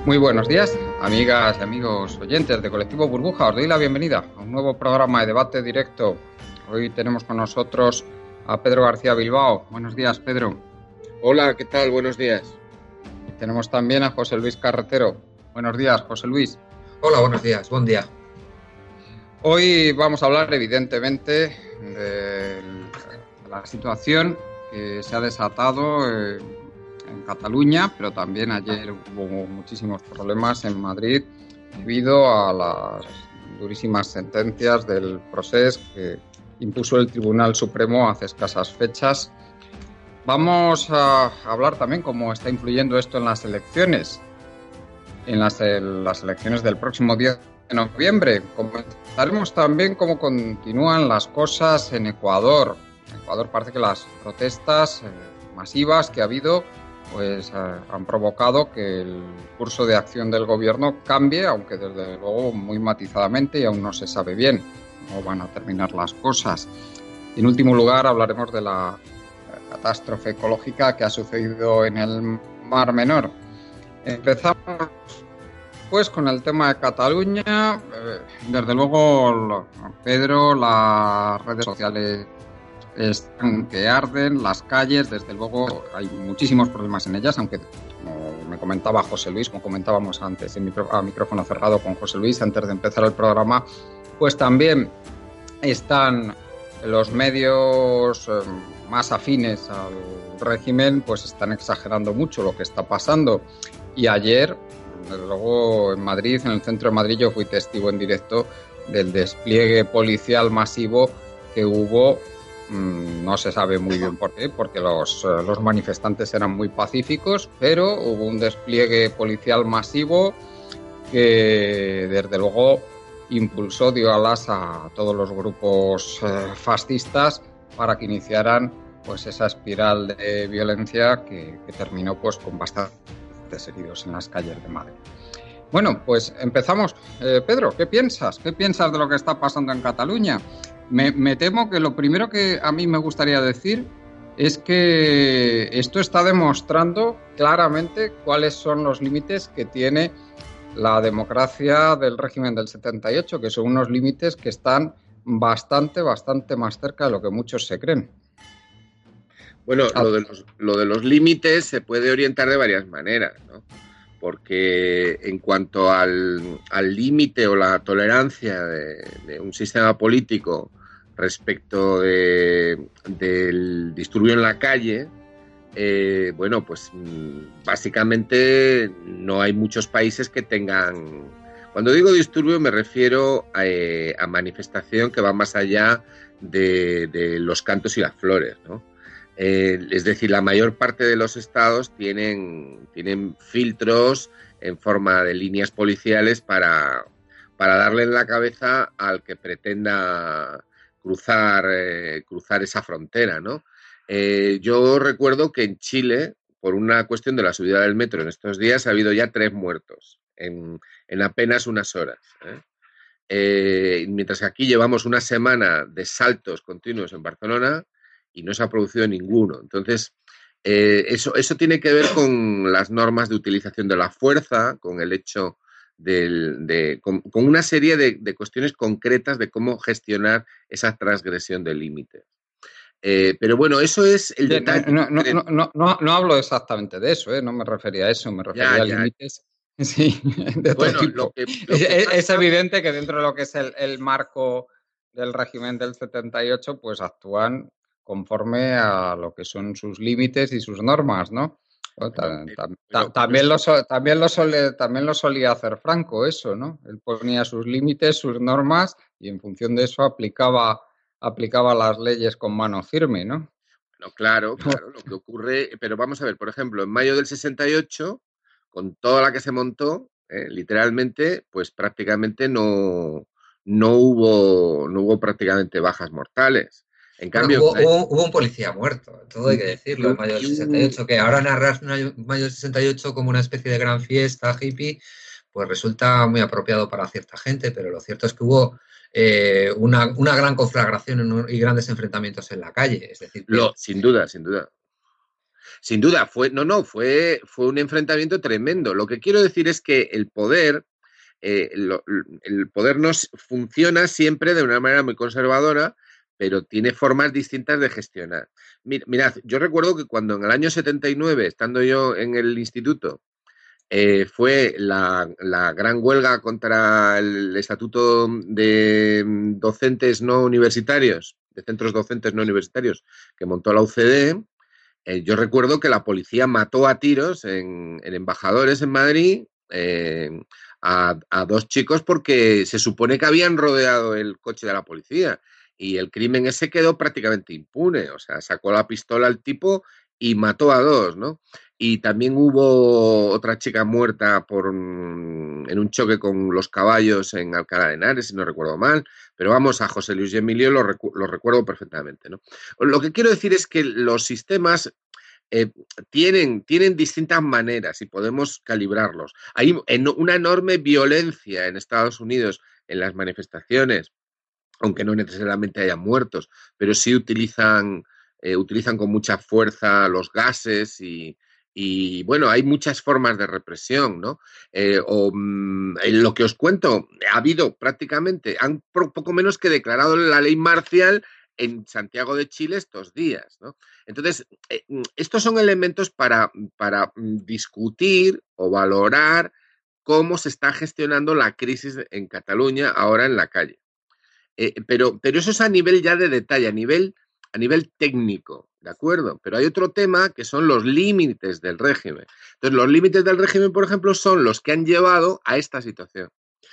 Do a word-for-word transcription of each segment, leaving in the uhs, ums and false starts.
Muy buenos días, amigas y amigos oyentes de Colectivo Burbuja. Os doy la bienvenida a un nuevo programa de debate directo. Hoy tenemos con nosotros a Pedro García Bilbao. Buenos días, Pedro. Hola, ¿qué tal? Buenos días. Y tenemos también a José Luis Carretero. Buenos días, José Luis. Hola, buenos días, buen día. Hoy vamos a hablar, evidentemente, de la situación que se ha desatado eh, en Cataluña, pero también ayer hubo muchísimos problemas en Madrid debido a las durísimas sentencias del procés que impuso el Tribunal Supremo hace escasas fechas. Vamos a hablar también cómo está influyendo esto en las elecciones, en las, en las elecciones del próximo diez de noviembre. Comentaremos también cómo continúan las cosas en Ecuador. En Ecuador parece que las protestas eh, masivas que ha habido pues eh, han provocado que el curso de acción del gobierno cambie, aunque desde luego muy matizadamente y aún no se sabe bien cómo van a terminar las cosas. Y en último lugar hablaremos de la catástrofe ecológica que ha sucedido en el Mar Menor. Empezamos pues con el tema de Cataluña. Eh, desde luego, Pedro, las redes sociales están que arden, las calles, desde luego hay muchísimos problemas en ellas, aunque como me comentaba José Luis, como comentábamos antes en micro, a micrófono cerrado con José Luis antes de empezar el programa, pues también están los medios eh, más afines al régimen, pues están exagerando mucho lo que está pasando. Y ayer, desde luego en Madrid, en el centro de Madrid, yo fui testigo en directo del despliegue policial masivo que hubo. No se sabe muy bien por qué, porque los, los manifestantes eran muy pacíficos, pero hubo un despliegue policial masivo que desde luego impulsó, dio alas a todos los grupos eh, fascistas para que iniciaran pues esa espiral de violencia que, que terminó pues con bastantes heridos en las calles de Madrid. Bueno, pues empezamos. Eh, Pedro, ¿qué piensas? ¿Qué piensas de lo que está pasando en Cataluña? Me, me temo que lo primero que a mí me gustaría decir es que esto está demostrando claramente cuáles son los límites que tiene la democracia del régimen del setenta y ocho, que son unos límites que están bastante, bastante más cerca de lo que muchos se creen. Bueno, lo de los, lo de los límites se puede orientar de varias maneras, ¿no? Porque en cuanto al, al límite o la tolerancia de, de un sistema político respecto de, del disturbio en la calle, eh, bueno, pues básicamente no hay muchos países que tengan... Cuando digo disturbio me refiero a, eh, a manifestación que va más allá de, de los cantos y las flores, ¿no? Eh, es decir, la mayor parte de los estados tienen, tienen filtros en forma de líneas policiales para, para darle en la cabeza al que pretenda cruzar, eh, cruzar esa frontera, ¿no? Eh, yo recuerdo que en Chile, por una cuestión de la subida del metro en estos días, ha habido ya tres muertos en, en apenas unas horas, ¿eh? Eh, mientras que aquí llevamos una semana de saltos continuos en Barcelona y no se ha producido ninguno. Entonces, eh, eso, eso tiene que ver con las normas de utilización de la fuerza, con el hecho del, de, con, con una serie de, de cuestiones concretas de cómo gestionar esa transgresión de límites. Eh, pero bueno, eso es el detalle. No, no, no, no, no, no hablo exactamente de eso, ¿eh? No me refería a eso, me refería ya, a límites. Ya. Sí, de otro bueno, tipo. Lo que, lo que es, pasa... es evidente que dentro de lo que es el, el marco del régimen del setenta y ocho, pues actúan conforme a lo que son sus límites y sus normas, ¿no? Bueno, ta, ta, ta, también, lo, también, lo sole, también lo solía hacer Franco, eso, ¿no? Él ponía sus límites, sus normas y en función de eso aplicaba, aplicaba las leyes con mano firme, ¿no? No, claro, claro, lo que ocurre, pero vamos a ver, por ejemplo, en mayo del sesenta y ocho, con toda la que se montó, eh, literalmente, pues prácticamente no, no hubo, no hubo prácticamente bajas mortales. En cambio, bueno, hubo, hubo, hubo un policía muerto, todo hay que decirlo, en mayo del sesenta y ocho, que ahora narrar mayo del sesenta y ocho como una especie de gran fiesta hippie, pues resulta muy apropiado para cierta gente, pero lo cierto es que hubo eh, una, una gran conflagración y grandes enfrentamientos en la calle. Es decir, que... lo, sin duda, sin duda. Sin duda, fue, no, no, fue, fue un enfrentamiento tremendo. Lo que quiero decir es que el poder, eh, lo, el poder nos funciona siempre de una manera muy conservadora, pero tiene formas distintas de gestionar. Mirad, yo recuerdo que cuando en el año setenta y nueve, estando yo en el instituto, eh, fue la, la gran huelga contra el estatuto de docentes no universitarios, de centros docentes no universitarios, que montó la U C D. Eh, yo recuerdo que la policía mató a tiros en, en embajadores en Madrid eh, a, a dos chicos porque se supone que habían rodeado el coche de la policía y el crimen ese quedó prácticamente impune. O sea, sacó la pistola al tipo y mató a dos, ¿no? Y también hubo otra chica muerta por un, en un choque con los caballos en Alcalá de Henares, si no recuerdo mal. Pero vamos, a José Luis y Emilio lo, recu lo recuerdo perfectamente, ¿no? Lo que quiero decir es que los sistemas eh, tienen, tienen distintas maneras y podemos calibrarlos. Hay una enorme violencia en Estados Unidos en las manifestaciones, aunque no necesariamente haya muertos, pero sí utilizan, eh, utilizan con mucha fuerza los gases y, y, bueno, hay muchas formas de represión, ¿no? Eh, o, mmm, en lo que os cuento, ha habido prácticamente, han poco menos que declarado la ley marcial en Santiago de Chile estos días, ¿no? Entonces, eh, estos son elementos para, para discutir o valorar cómo se está gestionando la crisis en Cataluña ahora en la calle. Eh, pero, pero eso es a nivel ya de detalle, a nivel, a nivel técnico, ¿de acuerdo? Pero hay otro tema que son los límites del régimen. Entonces, los límites del régimen, por ejemplo, son los que han llevado a esta situación.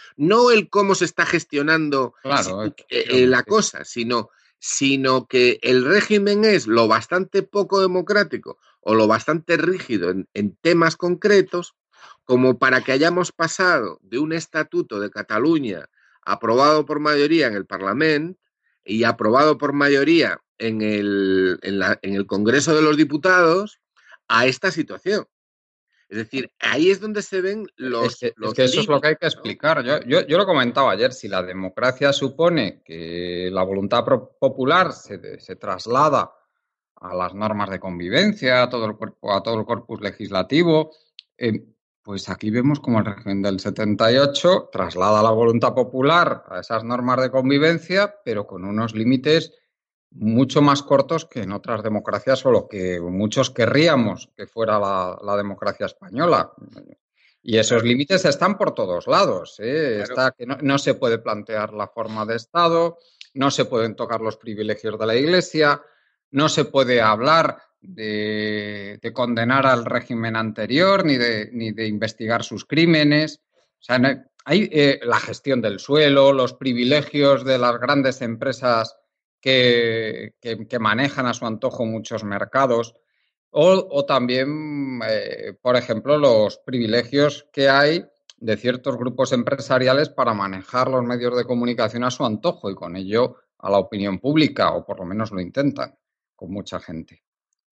No el cómo se está gestionando claro, si, eh, la cosa, sino, sino que el régimen es lo bastante poco democrático o lo bastante rígido en, en temas concretos como para que hayamos pasado de un estatuto de Cataluña aprobado por mayoría en el Parlamento y aprobado por mayoría en el, en, la, en el Congreso de los Diputados a esta situación. Es decir, ahí es donde se ven los... Es que, los es que eso límites, es lo que hay que ¿no? explicar. Yo, yo, yo lo comentaba ayer, si la democracia supone que la voluntad popular se, se traslada a las normas de convivencia, a todo el cuerpo, a todo el corpus legislativo, eh, pues aquí vemos como el régimen del setenta y ocho traslada la voluntad popular a esas normas de convivencia, pero con unos límites mucho más cortos que en otras democracias o lo que muchos querríamos que fuera la, la democracia española. Y esos Claro. límites están por todos lados, ¿eh? Claro. Está que no, no se puede plantear la forma de Estado, no se pueden tocar los privilegios de la Iglesia, no se puede hablar de, de condenar al régimen anterior ni de, ni de investigar sus crímenes. O sea, no, hay eh, la gestión del suelo, los privilegios de las grandes empresas que, que, que manejan a su antojo muchos mercados. O, o también, eh, por ejemplo, los privilegios que hay de ciertos grupos empresariales para manejar los medios de comunicación a su antojo y con ello a la opinión pública, o por lo menos lo intentan con mucha gente.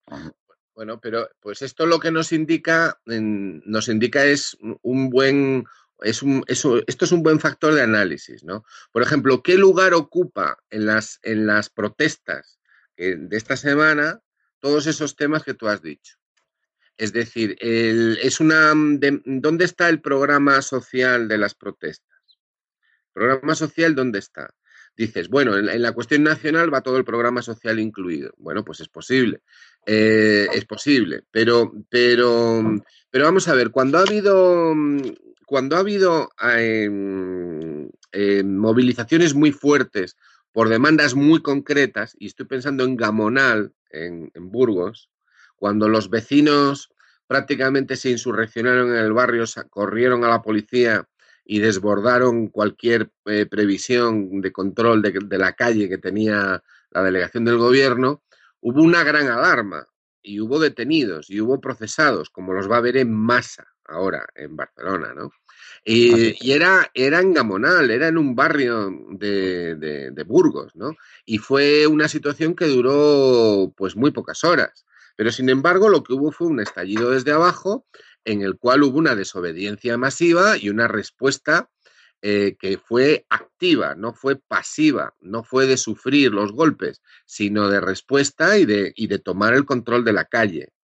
Bueno, pero pues esto lo que nos indica, nos indica es un buen, es un, eso, esto es un buen factor de análisis, ¿no? Por ejemplo, ¿qué lugar ocupa en las, en las protestas de esta semana todos esos temas que tú has dicho? Es decir, el, es una, de, ¿dónde está el programa social de las protestas? ¿Programa social dónde está? Dices, bueno, en la, en la cuestión nacional va todo el programa social incluido. Bueno, pues es posible, eh, es posible, pero, pero, pero vamos a ver, cuando ha habido, cuando ha habido eh, eh, movilizaciones muy fuertes por demandas muy concretas, y estoy pensando en Gamonal, en, en Burgos, cuando los vecinos prácticamente se insurreccionaron en el barrio, corrieron a la policía y desbordaron cualquier eh, previsión de control de, de la calle que tenía la delegación del gobierno, hubo una gran alarma y hubo detenidos y hubo procesados, como los va a ver en masa ahora en Barcelona, ¿no? Y, y era, era en Gamonal, era en un barrio de, de, de Burgos, ¿no? Y fue una situación que duró pues muy pocas horas. Pero sin embargo lo que hubo fue un estallido desde abajo en el cual hubo una desobediencia masiva y una respuesta eh, que fue activa, no fue pasiva, no fue de sufrir los golpes, sino de respuesta y de, y de tomar el control de la calle,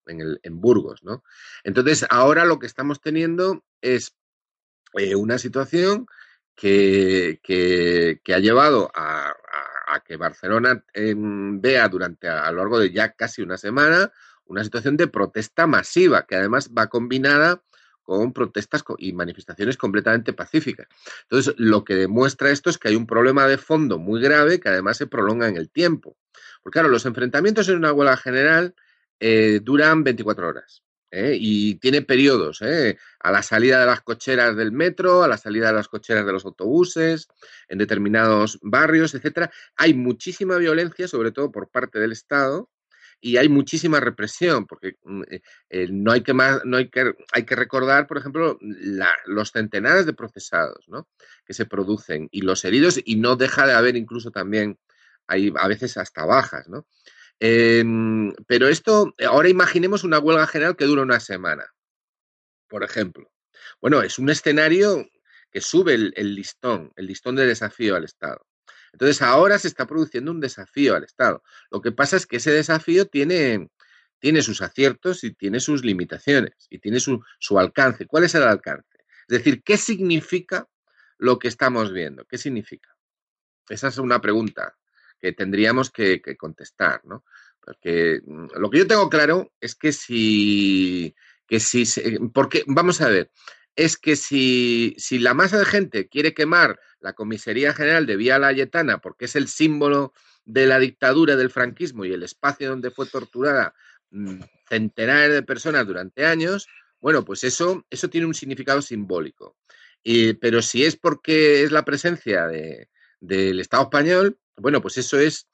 en, el, en Burgos, ¿no? Entonces, ahora lo que estamos teniendo es eh, una situación que, que, que ha llevado a, a, a que Barcelona eh, vea durante a, a lo largo de ya casi una semana una situación de protesta masiva, que además va combinada con protestas y manifestaciones completamente pacíficas. Entonces, lo que demuestra esto es que hay un problema de fondo muy grave que además se prolonga en el tiempo. Porque claro, los enfrentamientos en una huelga general eh, duran veinticuatro horas. ¿eh? Y tiene periodos, ¿eh? A la salida de las cocheras del metro, a la salida de las cocheras de los autobuses, en determinados barrios, etcétera. Hay muchísima violencia, sobre todo por parte del Estado, y hay muchísima represión, porque eh, no hay que más, no hay que, hay que recordar, por ejemplo, la, los centenares de procesados, ¿no? Que se producen y los heridos, y no deja de haber incluso también, hay a veces hasta bajas, ¿no? Eh, pero esto, ahora imaginemos una huelga general que dura una semana, por ejemplo. Bueno, es un escenario que sube el, el listón, el listón de desafío al Estado. Entonces, ahora se está produciendo un desafío al Estado. Lo que pasa es que ese desafío tiene, tiene sus aciertos y tiene sus limitaciones y tiene su, su alcance. ¿Cuál es el alcance? Es decir, ¿qué significa lo que estamos viendo? ¿Qué significa? Esa es una pregunta que tendríamos que, que contestar, ¿no? Porque lo que yo tengo claro es que si... Que si porque, vamos a ver, es que si, si la masa de gente quiere quemar la Comisaría General de Vía Layetana porque es el símbolo de la dictadura del franquismo y el espacio donde fue torturada centenares de personas durante años, bueno, pues eso, eso tiene un significado simbólico. Y, pero si es porque es la presencia de, del Estado español, bueno, pues eso es...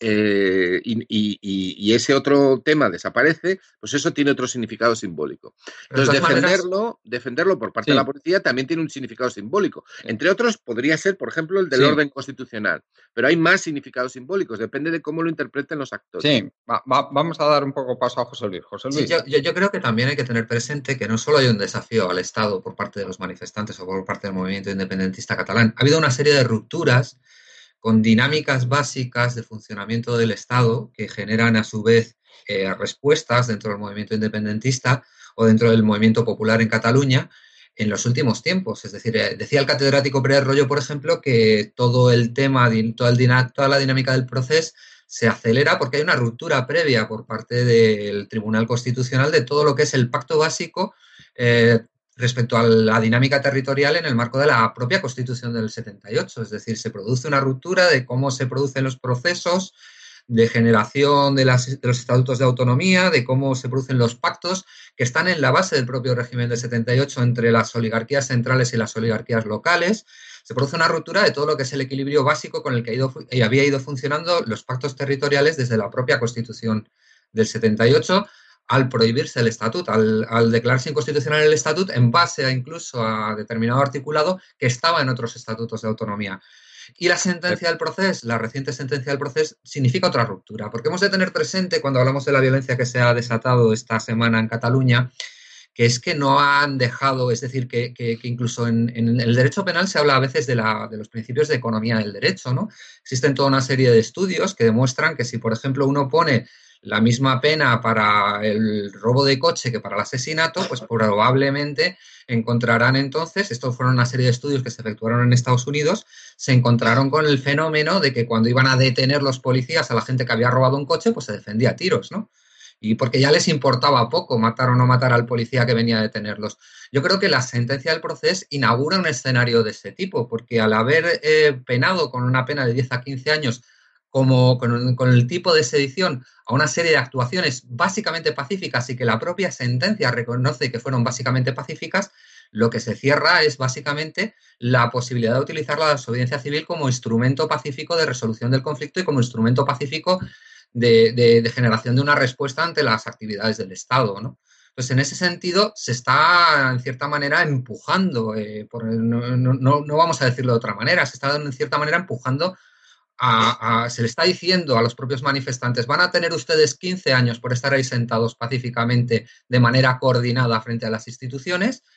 Eh, y, y, y ese otro tema desaparece, pues eso tiene otro significado simbólico. Entonces, defenderlo, maneras... defenderlo por parte sí. de la policía también tiene un significado simbólico. Sí. Entre otros, podría ser, por ejemplo, el del sí. orden constitucional. Pero hay más significados simbólicos, depende de cómo lo interpreten los actores. Sí, va, va, vamos a dar un poco paso a José Luis. José Luis. Sí, yo, yo, yo creo que también hay que tener presente que no solo hay un desafío al Estado por parte de los manifestantes o por parte del movimiento independentista catalán. Ha habido una serie de rupturas con dinámicas básicas de funcionamiento del Estado que generan a su vez eh, respuestas dentro del movimiento independentista o dentro del movimiento popular en Cataluña en los últimos tiempos. Es decir, eh, decía el catedrático Pérez Royo, por ejemplo, que todo el tema, todo el, toda la dinámica del proceso se acelera porque hay una ruptura previa por parte del Tribunal Constitucional de todo lo que es el pacto básico eh, respecto a la dinámica territorial en el marco de la propia Constitución del setenta y ocho. Es decir, se produce una ruptura de cómo se producen los procesos de generación de, las, de los estatutos de autonomía, de cómo se producen los pactos que están en la base del propio régimen del setenta y ocho entre las oligarquías centrales y las oligarquías locales. Se produce una ruptura de todo lo que es el equilibrio básico con el que ha ido, había ido funcionando los pactos territoriales desde la propia Constitución del setenta y ocho, al prohibirse el estatut, al, al declararse inconstitucional el estatut en base a incluso a determinado articulado que estaba en otros estatutos de autonomía. Y la sentencia del proceso, la reciente sentencia del proceso, significa otra ruptura, porque hemos de tener presente cuando hablamos de la violencia que se ha desatado esta semana en Cataluña, que es que no han dejado, es decir, que, que, que incluso en, en el derecho penal se habla a veces de, la, de los principios de economía del derecho, ¿no? Existen toda una serie de estudios que demuestran que si, por ejemplo, uno pone la misma pena para el robo de coche que para el asesinato, pues probablemente encontrarán entonces, estos fueron una serie de estudios que se efectuaron en Estados Unidos, se encontraron con el fenómeno de que cuando iban a detener los policías a la gente que había robado un coche, pues se defendía a tiros, ¿no? Y porque ya les importaba poco matar o no matar al policía que venía a detenerlos. Yo creo que la sentencia del proceso inaugura un escenario de ese tipo, porque al haber eh, penado con una pena de diez a quince años como con, con el tipo de sedición a una serie de actuaciones básicamente pacíficas y que la propia sentencia reconoce que fueron básicamente pacíficas, lo que se cierra es básicamente la posibilidad de utilizar la desobediencia civil como instrumento pacífico de resolución del conflicto y como instrumento pacífico de, de, de generación de una respuesta ante las actividades del Estado, ¿no? Pues en ese sentido se está, en cierta manera, empujando, eh, por, no, no, no vamos a decirlo de otra manera, se está, en cierta manera, empujando A, a, se le está diciendo a los propios manifestantes, van a tener ustedes quince años por estar ahí sentados pacíficamente de manera coordinada frente a las instituciones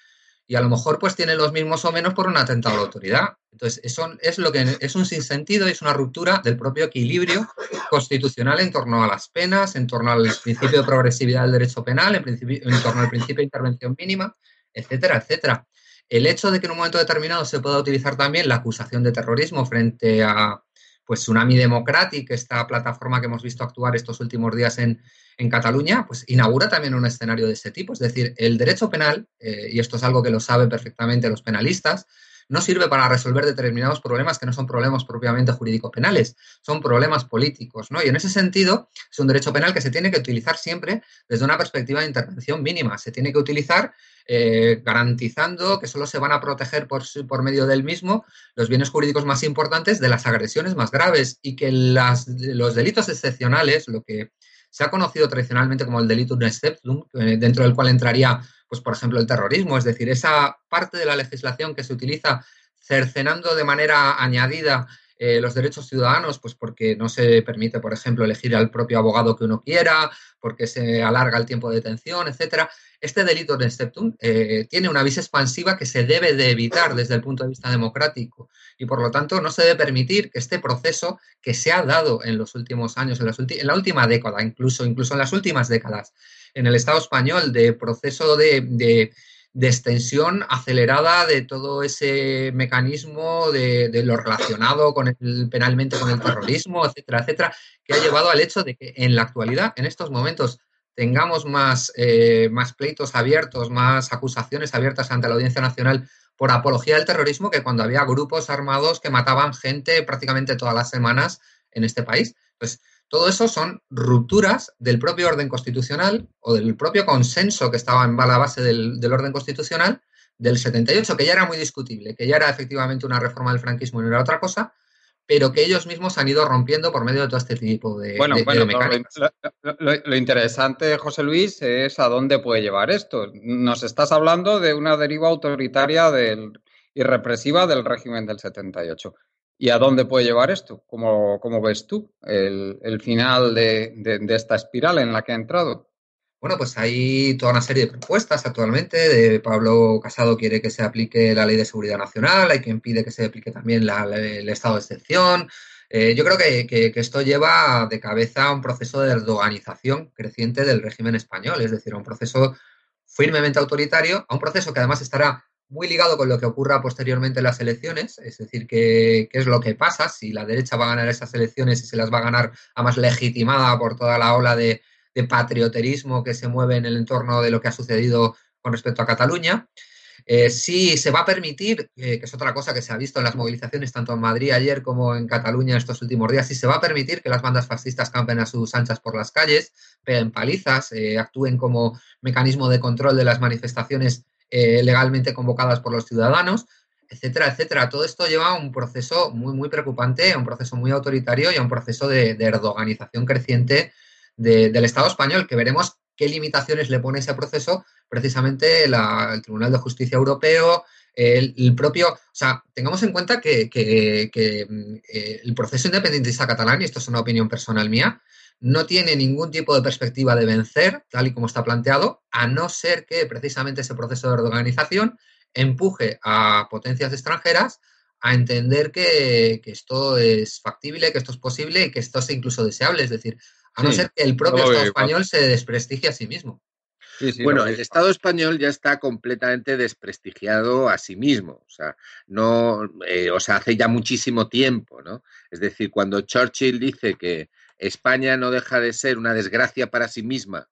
y a lo mejor pues tiene los mismos o menos por un atentado a la autoridad. Entonces, eso es lo que es un sinsentido y es una ruptura del propio equilibrio constitucional en torno a las penas, en torno al principio de progresividad del derecho penal, en, principio, en torno al principio de intervención mínima, etcétera, etcétera. El hecho de que en un momento determinado se pueda utilizar también la acusación de terrorismo frente a pues Tsunami Democratic, esta plataforma que hemos visto actuar estos últimos días en, en Cataluña, pues inaugura también un escenario de ese tipo. Es decir, el derecho penal, eh, y esto es algo que lo saben perfectamente los penalistas, no sirve para resolver determinados problemas que no son problemas propiamente jurídico-penales, son problemas políticos, ¿no? Y en ese sentido, es un derecho penal que se tiene que utilizar siempre desde una perspectiva de intervención mínima. Se tiene que utilizar eh, garantizando que solo se van a proteger por, por medio del mismo los bienes jurídicos más importantes de las agresiones más graves y que las, los delitos excepcionales, lo que se ha conocido tradicionalmente como el delitum exceptum, dentro del cual entraría, pues, por ejemplo, el terrorismo, es decir, esa parte de la legislación que se utiliza cercenando de manera añadida eh, los derechos ciudadanos, pues porque no se permite, por ejemplo, elegir al propio abogado que uno quiera, porque se alarga el tiempo de detención, etcétera. Este delito de exceptum eh, tiene una vis expansiva que se debe de evitar desde el punto de vista democrático y, por lo tanto, no se debe permitir que este proceso que se ha dado en los últimos años, en, las en la última década, incluso, incluso en las últimas décadas, en el Estado español, de proceso de, de, de extensión acelerada de todo ese mecanismo de, de lo relacionado con el, penalmente con el terrorismo, etcétera, etcétera, que ha llevado al hecho de que en la actualidad, en estos momentos, tengamos más, eh, más pleitos abiertos, más acusaciones abiertas ante la Audiencia Nacional por apología del terrorismo que cuando había grupos armados que mataban gente prácticamente todas las semanas en este país. Pues todo eso son rupturas del propio orden constitucional o del propio consenso que estaba en la base del, del orden constitucional del setenta y ocho, que ya era muy discutible, que ya era efectivamente una reforma del franquismo y no era otra cosa, pero que ellos mismos han ido rompiendo por medio de todo este tipo de, bueno, de, bueno, de mecánicas. Lo, lo, lo interesante, José Luis, es a dónde puede llevar esto. Nos estás hablando de una deriva autoritaria del, y represiva del régimen del setenta y ocho. ¿Y a dónde puede llevar esto? ¿Cómo, cómo ves tú el, el final de, de, de esta espiral en la que ha entrado? Bueno, pues hay toda una serie de propuestas actualmente. De Pablo Casado quiere que se aplique la Ley de Seguridad Nacional, hay quien pide que se aplique también la, la, el estado de excepción. Eh, yo creo que, que, que esto lleva de cabeza a un proceso de erdoganización creciente del régimen español, es decir, a un proceso firmemente autoritario, a un proceso que además estará muy ligado con lo que ocurra posteriormente en las elecciones, es decir, qué es lo que pasa si la derecha va a ganar esas elecciones y se las va a ganar además legitimada por toda la ola de de patrioterismo que se mueve en el entorno de lo que ha sucedido con respecto a Cataluña. Eh, sí se va a permitir, eh, que es otra cosa que se ha visto en las movilizaciones tanto en Madrid ayer como en Cataluña estos últimos días, sí se va a permitir que las bandas fascistas campen a sus anchas por las calles, peguen palizas, eh, actúen como mecanismo de control de las manifestaciones eh, legalmente convocadas por los ciudadanos, etcétera, etcétera. Todo esto lleva a un proceso muy, muy preocupante, a un proceso muy autoritario y a un proceso de, de erdoganización creciente De, del Estado español, que veremos qué limitaciones le pone ese proceso precisamente la, el Tribunal de Justicia Europeo, el, el propio... O sea, tengamos en cuenta que, que, que eh, el proceso independentista catalán, y esto es una opinión personal mía, no tiene ningún tipo de perspectiva de vencer, tal y como está planteado, a no ser que precisamente ese proceso de reorganización empuje a potencias extranjeras a entender que, que esto es factible, que esto es posible y que esto es incluso deseable, es decir, a no sí, ser que el propio Estado español se desprestigie a sí mismo. Sí, sí, bueno, el Estado español ya está completamente desprestigiado a sí mismo, o sea, no, eh, o sea, hace ya muchísimo tiempo, ¿no? Es decir, cuando Churchill dice que España no deja de ser una desgracia para sí misma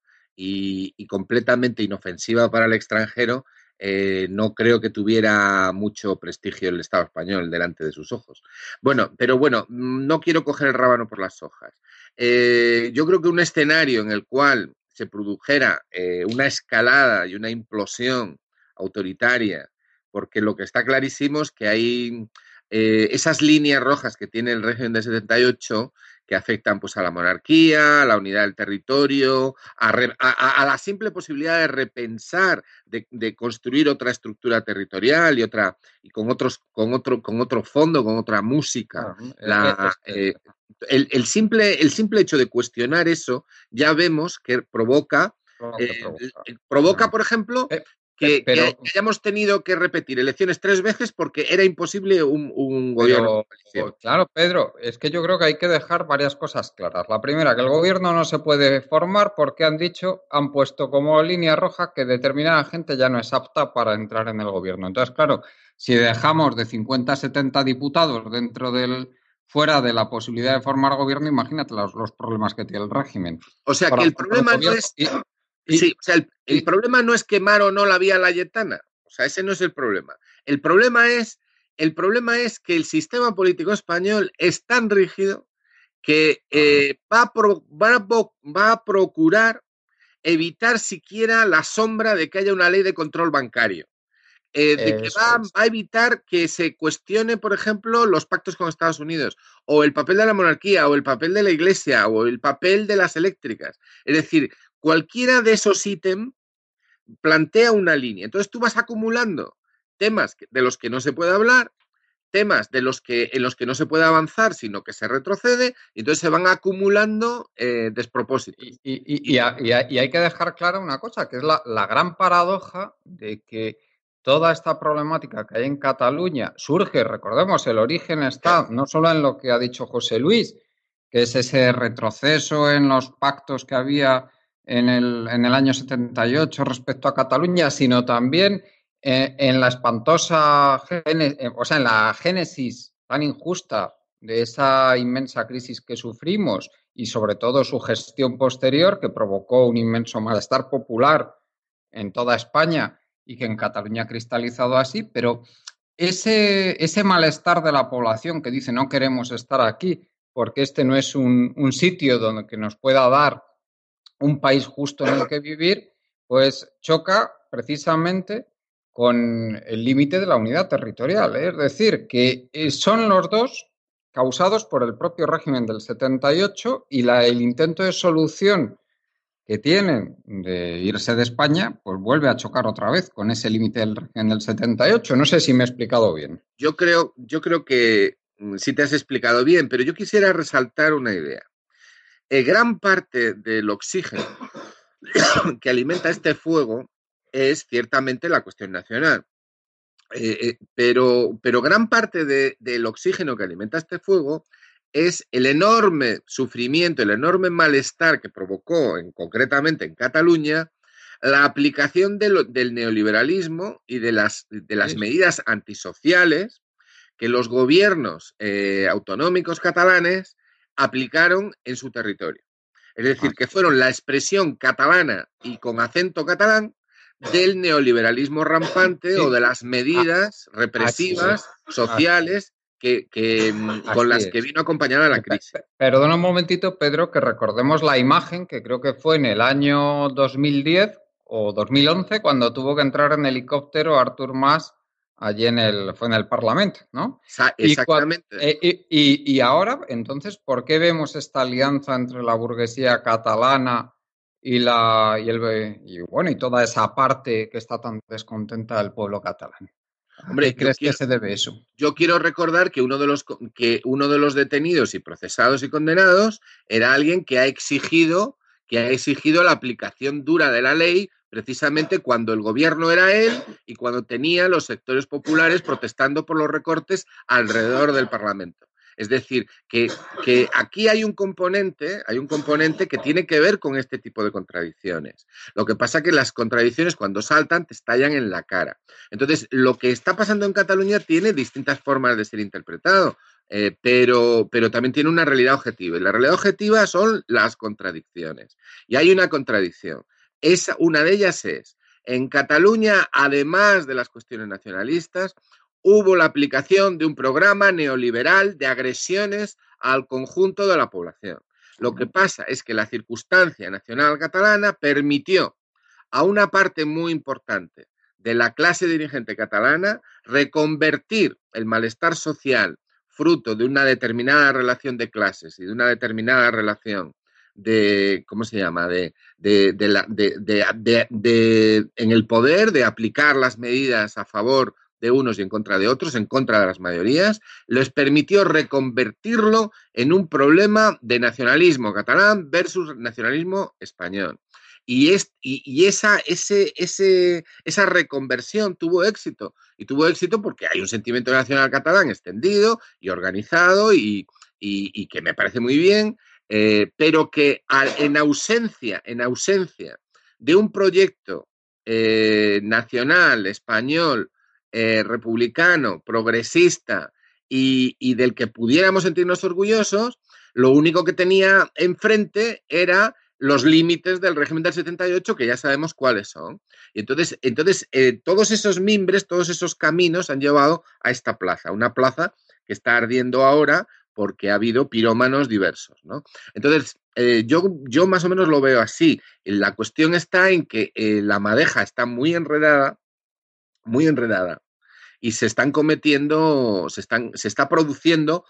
y, y completamente inofensiva para el extranjero, eh, no creo que tuviera mucho prestigio el Estado español delante de sus ojos. Bueno, pero bueno, no quiero coger el rábano por las hojas. Eh, yo creo que un escenario en el cual se produjera eh, una escalada y una implosión autoritaria, porque lo que está clarísimo es que hay eh, esas líneas rojas que tiene el régimen del setenta y ocho que afectan pues a la monarquía, a la unidad del territorio, a, re, a, a la simple posibilidad de repensar, de, de construir otra estructura territorial y otra y con otros con otro con otro fondo, con otra música. Ah, la, eh, el, el simple el simple hecho de cuestionar eso ya vemos que provoca eh, provoca, provoca por ejemplo, que, pero, que hayamos tenido que repetir elecciones tres veces porque era imposible un, un gobierno. Pero, claro, Pedro, es que yo creo que hay que dejar varias cosas claras. La primera, que el gobierno no se puede formar porque han dicho, han puesto como línea roja que determinada gente ya no es apta para entrar en el gobierno. Entonces, claro, si dejamos de cincuenta a setenta diputados dentro del, fuera de la posibilidad de formar gobierno, imagínate los, los problemas que tiene el régimen. O sea, para que el problema no es... Y, y, sí, o sea, el, el y, problema no es quemar o no la vía Layetana. O sea, ese no es el problema. El problema es, el problema es que el sistema político español es tan rígido que eh, va, a pro, va, a, va a procurar evitar siquiera la sombra de que haya una ley de control bancario. Eh, de que va, va a evitar que se cuestione, por ejemplo, los pactos con Estados Unidos, o el papel de la monarquía, o el papel de la Iglesia, o el papel de las eléctricas. Es decir, cualquiera de esos ítems plantea una línea. Entonces tú vas acumulando temas de los que no se puede hablar, temas de los que, en los que no se puede avanzar, sino que se retrocede, y entonces se van acumulando eh, despropósitos. Y, y, y, y, y hay que dejar clara una cosa, que es la, la gran paradoja de que toda esta problemática que hay en Cataluña surge, recordemos, el origen está no solo en lo que ha dicho José Luis, que es ese retroceso en los pactos que había en el, en el año setenta y ocho respecto a Cataluña, sino también eh, en la espantosa, eh, o sea, en la génesis tan injusta de esa inmensa crisis que sufrimos y sobre todo su gestión posterior, que provocó un inmenso malestar popular en toda España y que en Cataluña ha cristalizado así, pero ese, ese malestar de la población que dice no queremos estar aquí porque este no es un, un sitio donde que nos pueda dar un país justo en el que vivir, pues choca precisamente con el límite de la unidad territorial. ¿eh? Es decir, que son los dos causados por el propio régimen del setenta y ocho y la, el intento de solución que tienen de irse de España, pues vuelve a chocar otra vez con ese límite del régimen del setenta y ocho. No sé si me he explicado bien. Yo creo, yo creo que sí te has explicado bien, pero yo quisiera resaltar una idea. Eh, gran parte del oxígeno que alimenta este fuego es ciertamente la cuestión nacional. Eh, eh, pero, pero gran parte de, del oxígeno que alimenta este fuego es el enorme sufrimiento, el enorme malestar que provocó, en, concretamente en Cataluña, la aplicación de lo, del neoliberalismo y de las, de las medidas antisociales que los gobiernos eh, autonómicos catalanes aplicaron en su territorio. Es decir, que fueron la expresión catalana y con acento catalán del neoliberalismo rampante sí. o de las medidas represivas, sociales, que, que con las que vino acompañada la crisis. Perdona un momentito, Pedro, que recordemos la imagen, que creo que fue en el año dos mil diez o dos mil once, cuando tuvo que entrar en helicóptero Artur Mas allí en el, fue en el Parlamento, ¿no? Exactamente. Y, y, y, y ahora, entonces, ¿por qué vemos esta alianza entre la burguesía catalana y la y el y bueno y toda esa parte que está tan descontenta del pueblo catalán? Hombre, ¿qué crees quiero, que se debe eso? Yo quiero recordar que uno de los que uno de los detenidos y procesados y condenados era alguien que ha exigido que ha exigido la aplicación dura de la ley precisamente cuando el gobierno era él y cuando tenía los sectores populares protestando por los recortes alrededor del Parlamento. Es decir, que, que aquí hay un componente, hay un componente que tiene que ver con este tipo de contradicciones. Lo que pasa es que las contradicciones cuando saltan te estallan en la cara. Entonces, lo que está pasando en Cataluña tiene distintas formas de ser interpretado, eh, pero, pero también tiene una realidad objetiva. Y la realidad objetiva son las contradicciones. Y hay una contradicción. Esa, una de ellas es, en Cataluña, además de las cuestiones nacionalistas, hubo la aplicación de un programa neoliberal de agresiones al conjunto de la población. Lo que pasa es que la circunstancia nacional catalana permitió a una parte muy importante de la clase dirigente catalana reconvertir el malestar social fruto de una determinada relación de clases y de una determinada relación de, ¿cómo se llama?, de, de, de, la, de, de, de, de en el poder de aplicar las medidas a favor de unos y en contra de otros, en contra de las mayorías, les permitió reconvertirlo en un problema de nacionalismo catalán versus nacionalismo español. Y, es, y, y esa, ese, ese, esa reconversión tuvo éxito. Y tuvo éxito porque hay un sentimiento nacional catalán extendido y organizado y, y, y que me parece muy bien, eh, pero que al, en ausencia, en ausencia de un proyecto eh, nacional, español, eh, republicano, progresista y, y del que pudiéramos sentirnos orgullosos, lo único que tenía enfrente era los límites del régimen del setenta y ocho, que ya sabemos cuáles son. Y entonces, entonces eh, todos esos mimbres, todos esos caminos han llevado a esta plaza, una plaza que está ardiendo ahora porque ha habido pirómanos diversos, ¿no? Entonces, eh, yo, yo más o menos lo veo así. La cuestión está en que eh, la madeja está muy enredada, muy enredada, y se están cometiendo, se, están, se está produciendo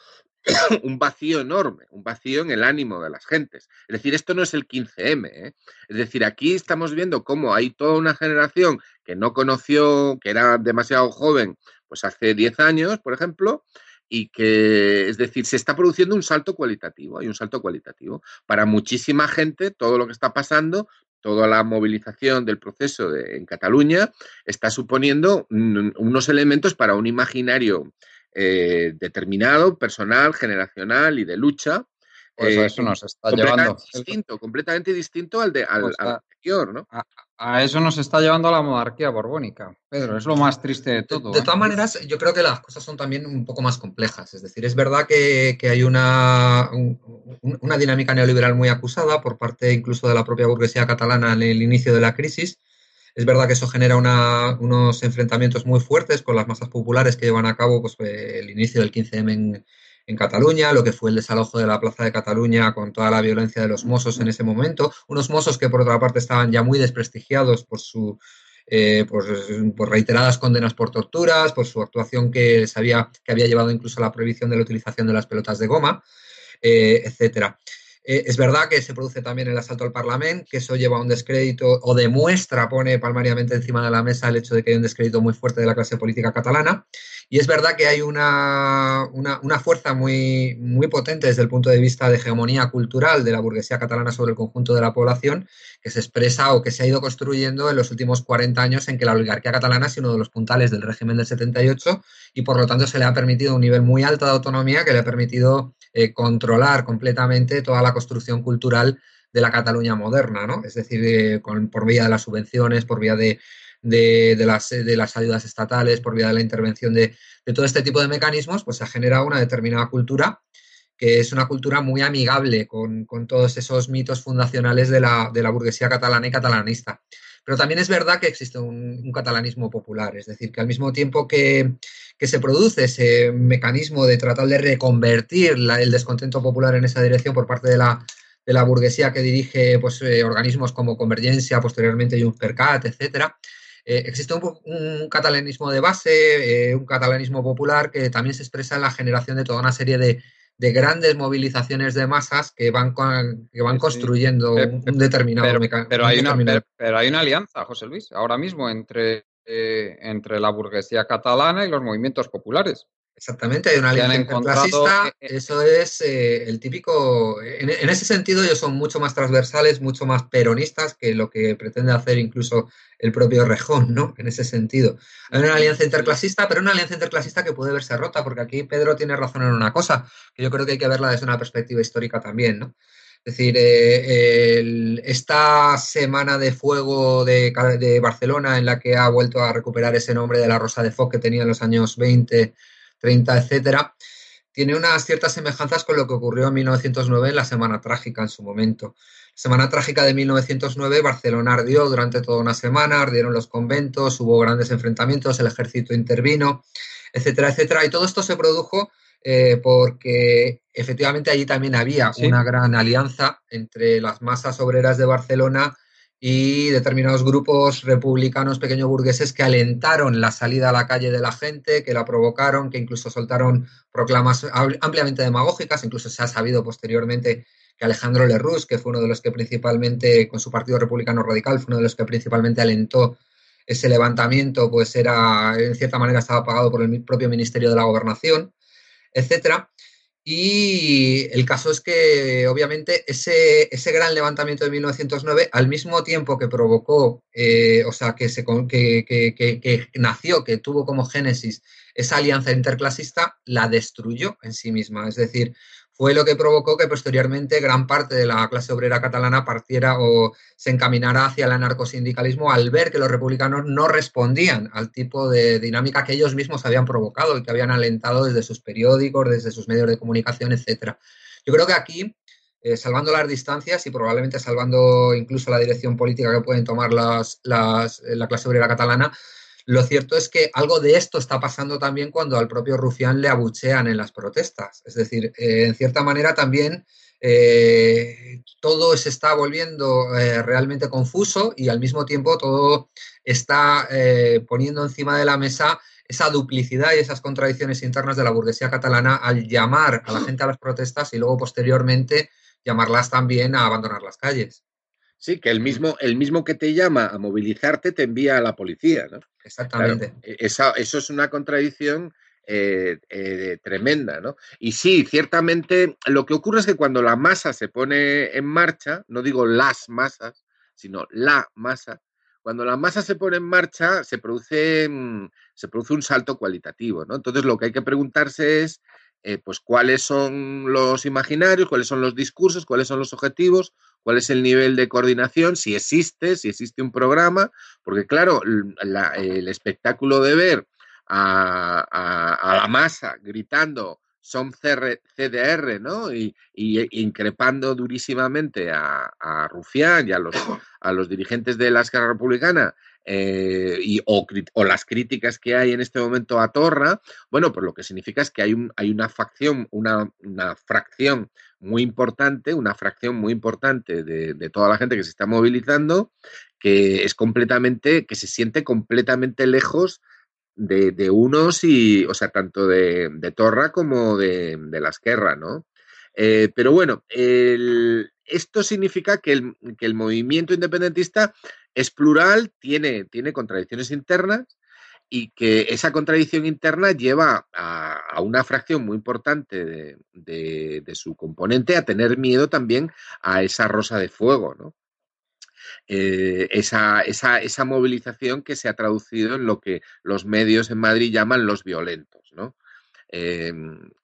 un vacío enorme, un vacío en el ánimo de las gentes. Es decir, esto no es el quince eme, ¿eh? Es decir, aquí estamos viendo cómo hay toda una generación que no conoció, que era demasiado joven, pues hace diez años, por ejemplo, y que, es decir, se está produciendo un salto cualitativo, hay un salto cualitativo. Para muchísima gente, todo lo que está pasando, toda la movilización del proceso de, en Cataluña, está suponiendo un, unos elementos para un imaginario eh, determinado, personal, generacional y de lucha. Pues eh, a eso nos está completamente llevando. distinto, completamente distinto al, de, al, Pues a, al anterior, ¿no? A, a eso nos está llevando la monarquía borbónica, Pedro, es lo más triste de De, todo, de ¿eh? todas maneras, yo creo que las cosas son también un poco más complejas. Es decir, es verdad que, que hay una, un, una dinámica neoliberal muy acusada por parte incluso de la propia burguesía catalana en el inicio de la crisis. Es verdad que eso genera una, unos enfrentamientos muy fuertes con las masas populares que llevan a cabo pues, el inicio del quince eme en, en Cataluña, lo que fue el desalojo de la Plaza de Cataluña con toda la violencia de los Mossos en ese momento. Unos Mossos que, por otra parte, estaban ya muy desprestigiados por su eh, por, por reiteradas condenas por torturas, por su actuación que, sabía, que había llevado incluso a la prohibición de la utilización de las pelotas de goma, eh, etcétera. Eh, es verdad que se produce también el asalto al Parlamento, que eso lleva a un descrédito o demuestra, pone palmariamente encima de la mesa el hecho de que hay un descrédito muy fuerte de la clase política catalana. Y es verdad que hay una, una, una fuerza muy, muy potente desde el punto de vista de hegemonía cultural de la burguesía catalana sobre el conjunto de la población, que se expresa o que se ha ido construyendo en los últimos cuarenta años, en que la oligarquía catalana es uno de los puntales del régimen del setenta y ocho y por lo tanto se le ha permitido un nivel muy alto de autonomía que le ha permitido eh, controlar completamente toda la construcción cultural de la Cataluña moderna, ¿no? Es decir, eh, con, por vía de las subvenciones, por vía de, de, de, las, de las ayudas estatales, por vía de la intervención de, de todo este tipo de mecanismos, pues se ha generado una determinada cultura que es una cultura muy amigable con, con todos esos mitos fundacionales de la, de la burguesía catalana y catalanista. Pero también es verdad que existe un, un catalanismo popular, es decir, que al mismo tiempo que, que se produce ese mecanismo de tratar de reconvertir la, el descontento popular en esa dirección por parte de la, de la burguesía que dirige pues, eh, organismos como Convergencia, posteriormente JxCat, etcétera, eh, existe un, un catalanismo de base, eh, un catalanismo popular que también se expresa en la generación de toda una serie de de grandes movilizaciones de masas que van, con, que van sí, construyendo sí. un, un determinado pero, mecanismo. Pero, pero, pero hay una alianza, José Luis, ahora mismo entre, eh, entre la burguesía catalana y los movimientos populares. Exactamente, hay una alianza interclasista, eso es eh, el típico, en, en ese sentido ellos son mucho más transversales, mucho más peronistas que lo que pretende hacer incluso el propio Rejón, ¿no? En ese sentido. Hay una alianza interclasista, pero una alianza interclasista que puede verse rota, porque aquí Pedro tiene razón en una cosa, que yo creo que hay que verla desde una perspectiva histórica también, ¿no? Es decir, eh, el, esta semana de fuego de, de Barcelona en la que ha vuelto a recuperar ese nombre de la Rosa de Foc que tenía en los años veinte, treinta, etcétera, tiene unas ciertas semejanzas con lo que ocurrió en mil novecientos nueve en la Semana Trágica en su momento. La Semana Trágica de mil novecientos nueve, Barcelona ardió durante toda una semana, ardieron los conventos, hubo grandes enfrentamientos, el ejército intervino, etcétera, etcétera, y todo esto se produjo eh, porque efectivamente allí también había sí. una gran alianza entre las masas obreras de Barcelona y determinados grupos republicanos pequeño burgueses que alentaron la salida a la calle de la gente, que la provocaron, que incluso soltaron proclamas ampliamente demagógicas. Incluso se ha sabido posteriormente que Alejandro Lerroux, que fue uno de los que principalmente, con su partido republicano radical, fue uno de los que principalmente alentó ese levantamiento, pues era, en cierta manera estaba pagado por el propio Ministerio de la Gobernación, etcétera. Y el caso es que, obviamente, ese, ese gran levantamiento de mil novecientos nueve, al mismo tiempo que provocó, eh, o sea, que, se, que, que, que, que nació, que tuvo como génesis esa alianza interclasista, la destruyó en sí misma. Es decir, fue lo que provocó que posteriormente gran parte de la clase obrera catalana partiera o se encaminara hacia el anarcosindicalismo al ver que los republicanos no respondían al tipo de dinámica que ellos mismos habían provocado y que habían alentado desde sus periódicos, desde sus medios de comunicación, etcétera. Yo creo que aquí, eh, salvando las distancias y probablemente salvando incluso la dirección política que pueden tomar las, las, la clase obrera catalana, lo cierto es que algo de esto está pasando también cuando al propio Rufián le abuchean en las protestas. Es decir, eh, en cierta manera también eh, todo se está volviendo eh, realmente confuso y al mismo tiempo todo está eh, poniendo encima de la mesa esa duplicidad y esas contradicciones internas de la burguesía catalana al llamar a la gente a las protestas y luego posteriormente llamarlas también a abandonar las calles. Sí, que el mismo, el mismo que te llama a movilizarte te envía a la policía, ¿no? Exactamente. Claro, esa, eso es una contradicción eh, eh, tremenda, ¿no? Y sí, ciertamente lo que ocurre es que cuando la masa se pone en marcha, no digo las masas, sino la masa, cuando la masa se pone en marcha se produce, se produce un salto cualitativo, ¿no? Entonces lo que hay que preguntarse es eh, pues cuáles son los imaginarios, cuáles son los discursos, cuáles son los objetivos, cuál es el nivel de coordinación, si existe, si existe un programa, porque claro, la, el espectáculo de ver a, a, a la masa gritando son C D R, ¿no? Y, y increpando durísimamente a, a Rufián y a los, a los dirigentes de la Esquerra Republicana, eh, y, o, o las críticas que hay en este momento a Torra, bueno, pues lo que significa es que hay, un, hay una facción, una, una fracción muy importante, una fracción muy importante de, de toda la gente que se está movilizando, que es completamente, que se siente completamente lejos de, de unos y, o sea, tanto de, de Torra como de, de la Esquerra, ¿no? Eh, pero bueno, el, esto significa que el, que el movimiento independentista es plural, tiene, tiene contradicciones internas y que esa contradicción interna lleva a, a una fracción muy importante de, de, de su componente a tener miedo también a esa rosa de fuego, ¿no? Eh, esa, esa, esa movilización que se ha traducido en lo que los medios en Madrid llaman los violentos, ¿no? Eh,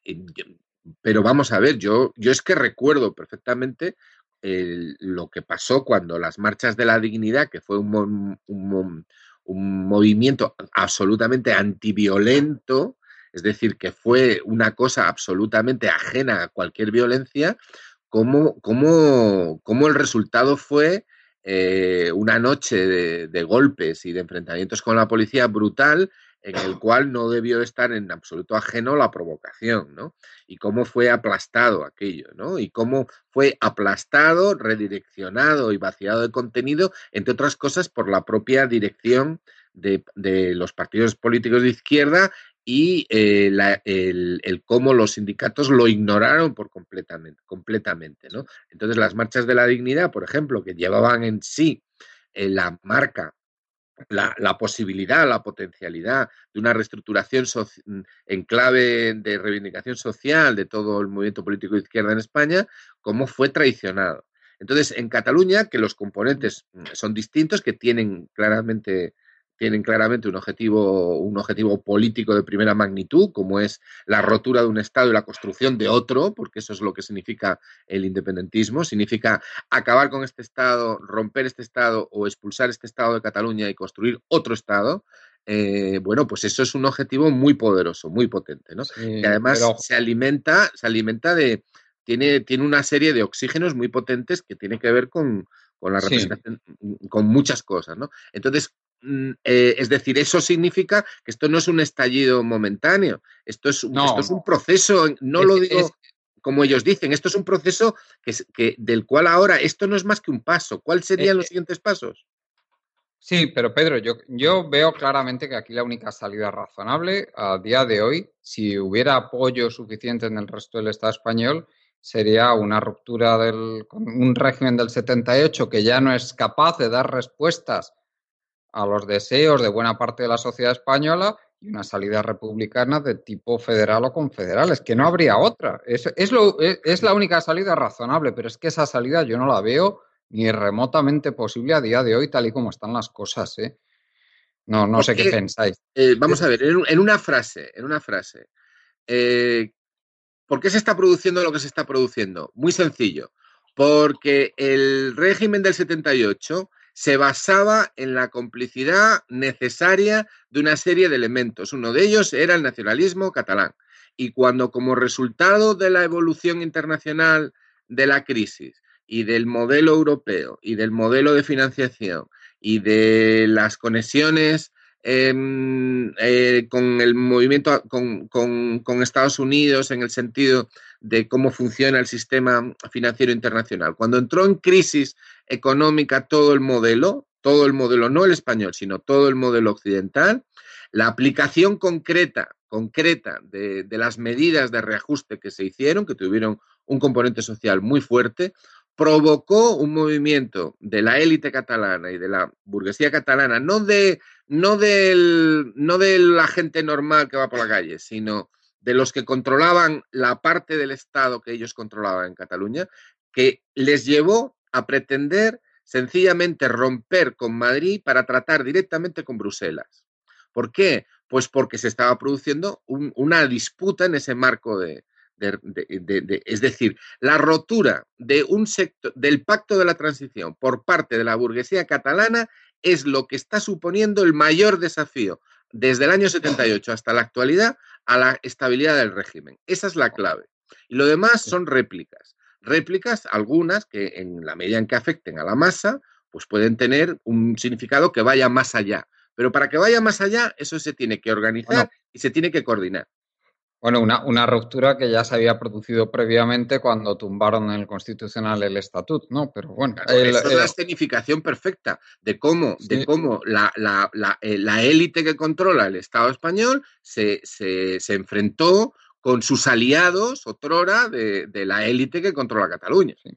pero vamos a ver, yo, yo es que recuerdo perfectamente el, lo que pasó cuando las marchas de la dignidad, que fue un, un, un movimiento absolutamente antiviolento, es decir, que fue una cosa absolutamente ajena a cualquier violencia, cómo, cómo, cómo el resultado fue eh, una noche de, de golpes y de enfrentamientos con la policía brutal, en el cual no debió estar en absoluto ajeno la provocación, ¿no? Y cómo fue aplastado aquello, ¿no? Y cómo fue aplastado, redireccionado y vaciado de contenido, entre otras cosas, por la propia dirección de, de los partidos políticos de izquierda y eh, la, el, el cómo los sindicatos lo ignoraron por completamente, completamente, ¿no? Entonces las marchas de la dignidad, por ejemplo, que llevaban en sí eh, la marca, La, la, posibilidad, la potencialidad de una reestructuración soci- en clave de reivindicación social de todo el movimiento político de izquierda en España, cómo fue traicionado. Entonces, en Cataluña, que los componentes son distintos, que tienen claramente, tienen claramente un objetivo, un objetivo político de primera magnitud, como es la rotura de un Estado y la construcción de otro, porque eso es lo que significa el independentismo, significa acabar con este Estado, romper este Estado o expulsar este Estado de Cataluña y construir otro Estado. Eh, bueno, pues eso es un objetivo muy poderoso, muy potente, ¿no? Sí, que además pero... se alimenta, se alimenta de, tiene, tiene una serie de oxígenos muy potentes que tiene que ver con, con la representación, sí. con muchas cosas, ¿no? Entonces, eh, es decir, eso significa que esto no es un estallido momentáneo, esto es un, no, esto es un proceso, no es, lo digo es, como ellos dicen, esto es un proceso que, que, del cual ahora, esto no es más que un paso. ¿Cuáles serían eh, los siguientes pasos? Sí, pero Pedro, yo, yo veo claramente que aquí la única salida razonable a día de hoy, si hubiera apoyo suficiente en el resto del Estado español, sería una ruptura del, con un régimen del setenta y ocho que ya no es capaz de dar respuestas a los deseos de buena parte de la sociedad española y una salida republicana de tipo federal o confederal. Es que no habría otra. Es, es, lo, es, es la única salida razonable, pero es que esa salida yo no la veo ni remotamente posible a día de hoy, tal y como están las cosas, ¿eh? No, no sé qué Porque, pensáis. eh, vamos a ver, en, en una frase, en una frase, eh, ¿por qué se está produciendo lo que se está produciendo? Muy sencillo, porque el régimen del setenta y ocho se basaba en la complicidad necesaria de una serie de elementos. Uno de ellos era el nacionalismo catalán. Y cuando, como resultado de la evolución internacional de la crisis y del modelo europeo y del modelo de financiación y de las conexiones eh, eh, con el movimiento, con, con, con Estados Unidos en el sentido de cómo funciona el sistema financiero internacional. Cuando entró en crisis económica todo el modelo, todo el modelo, no el español, sino todo el modelo occidental, la aplicación concreta, concreta de, de las medidas de reajuste que se hicieron, que tuvieron un componente social muy fuerte, provocó un movimiento de la élite catalana y de la burguesía catalana, no de, no del, no de la gente normal que va por la calle, sino de los que controlaban la parte del Estado que ellos controlaban en Cataluña, que les llevó a pretender sencillamente romper con Madrid para tratar directamente con Bruselas. ¿Por qué? Pues porque se estaba produciendo un, una disputa en ese marco de, De, de, de, de, es decir, la rotura de un sector, del pacto de la transición por parte de la burguesía catalana es lo que está suponiendo el mayor desafío desde el año setenta y ocho hasta la actualidad a la estabilidad del régimen. Esa es la clave. Y lo demás son réplicas. Réplicas, algunas que en la medida en que afecten a la masa, pues pueden tener un significado que vaya más allá. Pero para que vaya más allá, eso se tiene que organizar bueno, y se tiene que coordinar. Bueno, una, una ruptura que ya se había producido previamente cuando tumbaron en el Constitucional el estatut, ¿no? Pero bueno. Claro, el, eso es la escenificación perfecta de cómo, sí. de cómo la, la, la, la élite que controla el Estado español se, se, se enfrentó con sus aliados, otrora, de, de la élite que controla Cataluña. Sí.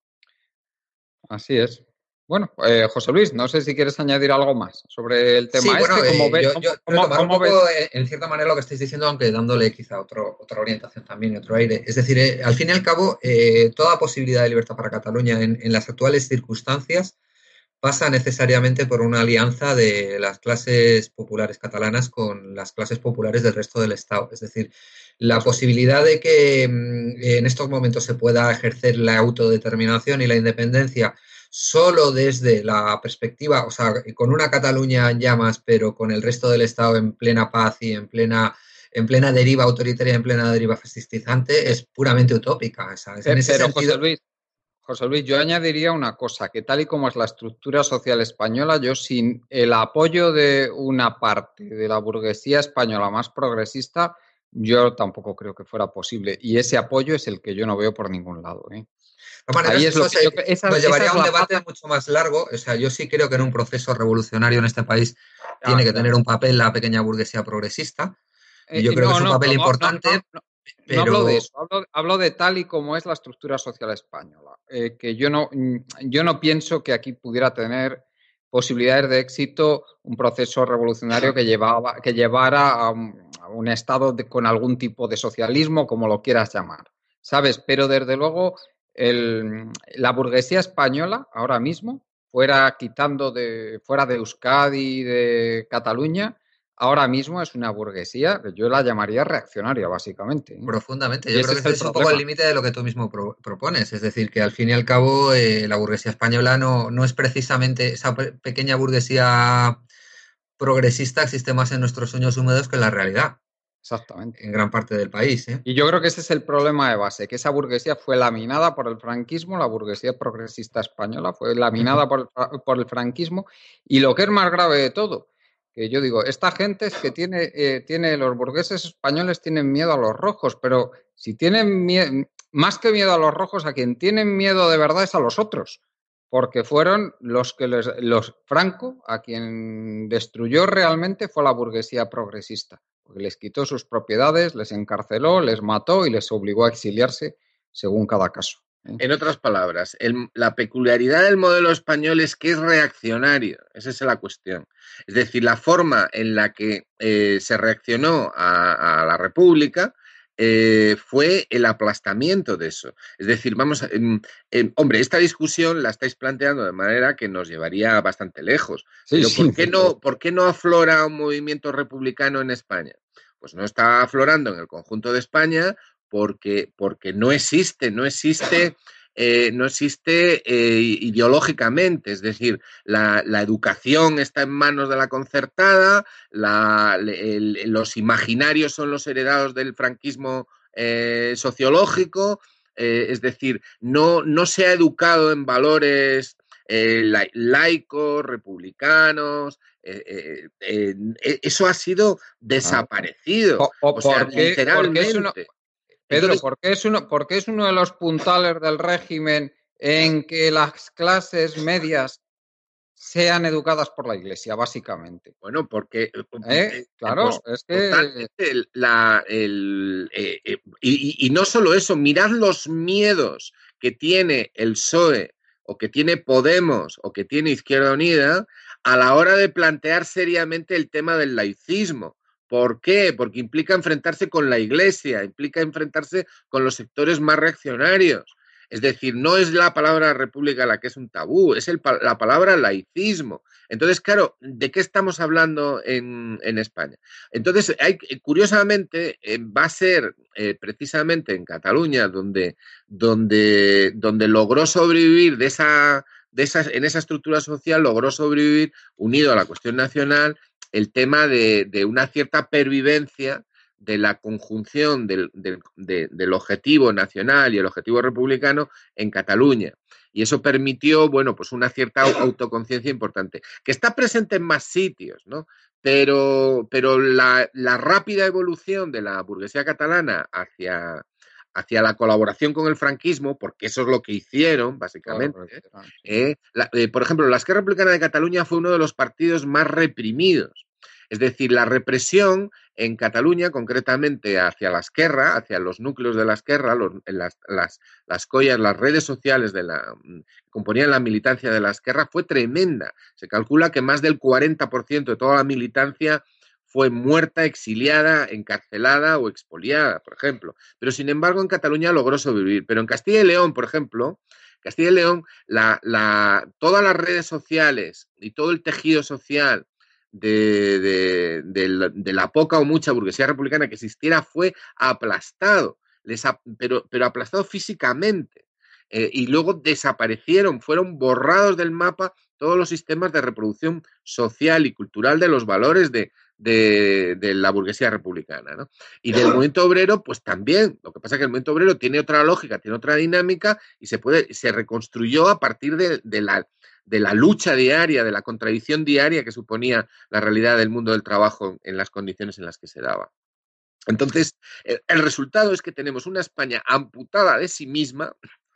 Así es. Bueno, eh, José Luis, no sé si quieres añadir algo más sobre el tema sí, este. Bueno, ¿Cómo eh, ves, yo, cómo, yo cómo, retomar cómo un poco, ves? en cierta manera, lo que estáis diciendo, aunque dándole quizá otro, otra orientación también, otro aire. Es decir, eh, al fin y al cabo, eh, toda posibilidad de libertad para Cataluña en, en las actuales circunstancias pasa necesariamente por una alianza de las clases populares catalanas con las clases populares del resto del Estado. Es decir, la posibilidad de que en estos momentos se pueda ejercer la autodeterminación y la independencia solo desde la perspectiva, o sea, con una Cataluña en llamas, pero con el resto del Estado en plena paz y en plena, en plena deriva autoritaria, en plena deriva fascistizante, es puramente utópica. ¿Sabes? En ese pero, sentido, José Luis, José Luis, yo añadiría una cosa, que tal y como es la estructura social española, yo sin el apoyo de una parte de la burguesía española más progresista, yo tampoco creo que fuera posible. Y ese apoyo es el que yo no veo por ningún lado, ¿eh? De todas maneras, Ahí es eso lo que se, yo, esa, nos llevaría esa a un es debate pata. mucho más largo. O sea, yo sí creo que en un proceso revolucionario en este país Ah, tiene que claro. tener un papel la pequeña burguesía progresista. Y yo Eh, creo no, que es un no, papel no, no, importante, no, no, pero... no hablo de eso, hablo, hablo de tal y como es la estructura social española. Eh, que yo no, yo no pienso que aquí pudiera tener posibilidades de éxito un proceso revolucionario que, llevaba, que llevara a un, a un Estado de, con algún tipo de socialismo, como lo quieras llamar, ¿sabes? Pero desde luego el, la burguesía española ahora mismo, fuera quitando de, fuera de Euskadi y de Cataluña, ahora mismo es una burguesía que yo la llamaría reaccionaria, básicamente, ¿eh? Profundamente. Y Yo ese creo que es ese el es un poco el problema. límite de lo que tú mismo pro propones. Es decir, que al fin y al cabo eh, la burguesía española no, no es precisamente esa pe pequeña burguesía progresista, existe más en nuestros sueños húmedos que en la realidad, Exactamente. en gran parte del país, ¿eh? Y yo creo que ese es el problema de base, que esa burguesía fue laminada por el franquismo, la burguesía progresista española fue laminada por el, por el franquismo, y lo que es más grave de todo, que yo digo, esta gente es que tiene, eh, tiene, los burgueses españoles tienen miedo a los rojos, pero si tienen miedo, más que miedo a los rojos, a quien tienen miedo de verdad es a los otros, porque fueron los que les, los Franco, a quien destruyó realmente fue la burguesía progresista, porque les quitó sus propiedades, les encarceló, les mató y les obligó a exiliarse según cada caso. En otras palabras, el, la peculiaridad del modelo español es que es reaccionario, esa es la cuestión. Es decir, la forma en la que eh, se reaccionó a, a la República eh, fue el aplastamiento de eso. Es decir, vamos, a, eh, eh, hombre, esta discusión la estáis planteando de manera que nos llevaría bastante lejos. Sí, pero sí, ¿por qué no, ¿por qué no aflora un movimiento republicano en España? Pues no está aflorando en el conjunto de España porque, porque no existe, no existe... Eh, no existe eh, ideológicamente, es decir, la, la, educación está en manos de la concertada, la, el, los imaginarios son los heredados del franquismo eh, sociológico, eh, es decir, no, no se ha educado en valores eh, la, laicos, republicanos, eh, eh, eso ha sido desaparecido. O, o, o sea, porque, literalmente. Porque es una... Pedro, Entonces, ¿por qué, es uno, ¿por qué es uno de los puntales del régimen en que las clases medias sean educadas por la Iglesia, básicamente? Bueno, porque... ¿Eh? Claro, pues, es que... El, la, el, eh, eh, y, y no solo eso, mirad los miedos que tiene el P S O E o que tiene Podemos o que tiene Izquierda Unida a la hora de plantear seriamente el tema del laicismo. ¿Por qué? Porque implica enfrentarse con la Iglesia, implica enfrentarse con los sectores más reaccionarios. Es decir, no es la palabra república la que es un tabú, es el, la palabra laicismo. Entonces, claro, ¿de qué estamos hablando en, en España? Entonces, hay, curiosamente, eh, va a ser eh, precisamente en Cataluña donde, donde, donde logró sobrevivir de esa, de esa, en esa estructura social, logró sobrevivir, unido a la cuestión nacional, el tema de, de una cierta pervivencia de la conjunción del, del, de, del objetivo nacional y el objetivo republicano en Cataluña. Y eso permitió, bueno, pues una cierta autoconciencia importante, que está presente en más sitios, ¿no? Pero, pero la, la rápida evolución de la burguesía catalana hacia, hacia la colaboración con el franquismo, porque eso es lo que hicieron, básicamente. Claro, eh, la, eh, por ejemplo, la Esquerra Republicana de Cataluña fue uno de los partidos más reprimidos. Es decir, la represión en Cataluña, concretamente hacia la Esquerra, hacia los núcleos de la Esquerra, los, las, las, las collas, las redes sociales de la, que componían la militancia de la Esquerra, fue tremenda. Se calcula que más del cuarenta por ciento de toda la militancia fue muerta, exiliada, encarcelada o expoliada, por ejemplo. Pero, sin embargo, en Cataluña logró sobrevivir. Pero en Castilla y León, por ejemplo, Castilla y León, la, la, todas las redes sociales y todo el tejido social De, de, de, de la poca o mucha burguesía republicana que existiera fue aplastado, les ha, pero, pero aplastado físicamente. Eh, y luego desaparecieron, fueron borrados del mapa todos los sistemas de reproducción social y cultural de los valores de, de, de la burguesía republicana, ¿no? Y del movimiento obrero, pues también. Lo que pasa es que el movimiento obrero tiene otra lógica, tiene otra dinámica y se puede, se reconstruyó a partir de, de la de la lucha diaria, de la contradicción diaria que suponía la realidad del mundo del trabajo en las condiciones en las que se daba. Entonces, el, el resultado es que tenemos una España amputada de sí misma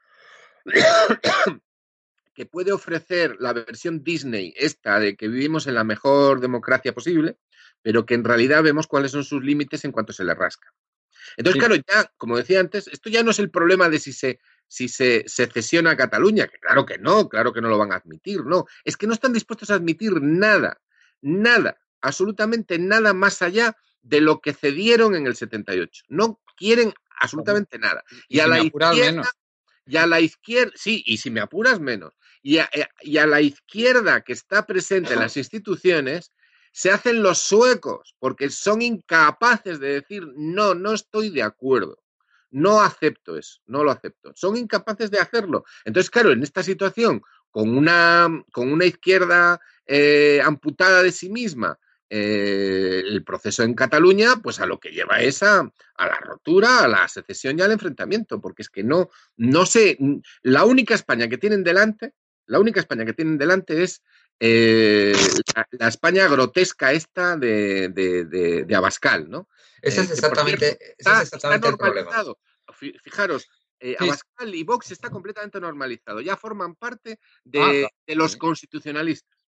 que puede ofrecer la versión Disney esta de que vivimos en la mejor democracia posible, pero que en realidad vemos cuáles son sus límites en cuanto se le rasca. Entonces, sí. Claro, ya, como decía antes, esto ya no es el problema de si se... si se secesiona a Cataluña, que claro que no, claro que no lo van a admitir, no, es que no están dispuestos a admitir nada, nada, absolutamente nada más allá de lo que cedieron en el setenta y ocho, no quieren absolutamente nada. Y, y a si la izquierda, menos. y a la izquierda, sí, y si me apuras menos, y a, y a la izquierda que está presente en las instituciones, se hacen los suecos, porque son incapaces de decir, no, no estoy de acuerdo. No acepto eso, no lo acepto. Son incapaces de hacerlo. Entonces, claro, en esta situación, con una, con una izquierda eh, amputada de sí misma, eh, el proceso en Cataluña, pues a lo que lleva es a, a la rotura, a la secesión y al enfrentamiento, porque es que no, no sé, la única España que tienen delante, la única España que tienen delante es eh, la, la España grotesca esta de, de, de, de Abascal, ¿no? Ese es exactamente, eh, ese está, es exactamente está normalizado. El problema. Fijaros, eh, sí. Abascal y Vox está completamente normalizado. Ya forman parte de, ah, claro. de los constitucionalistas.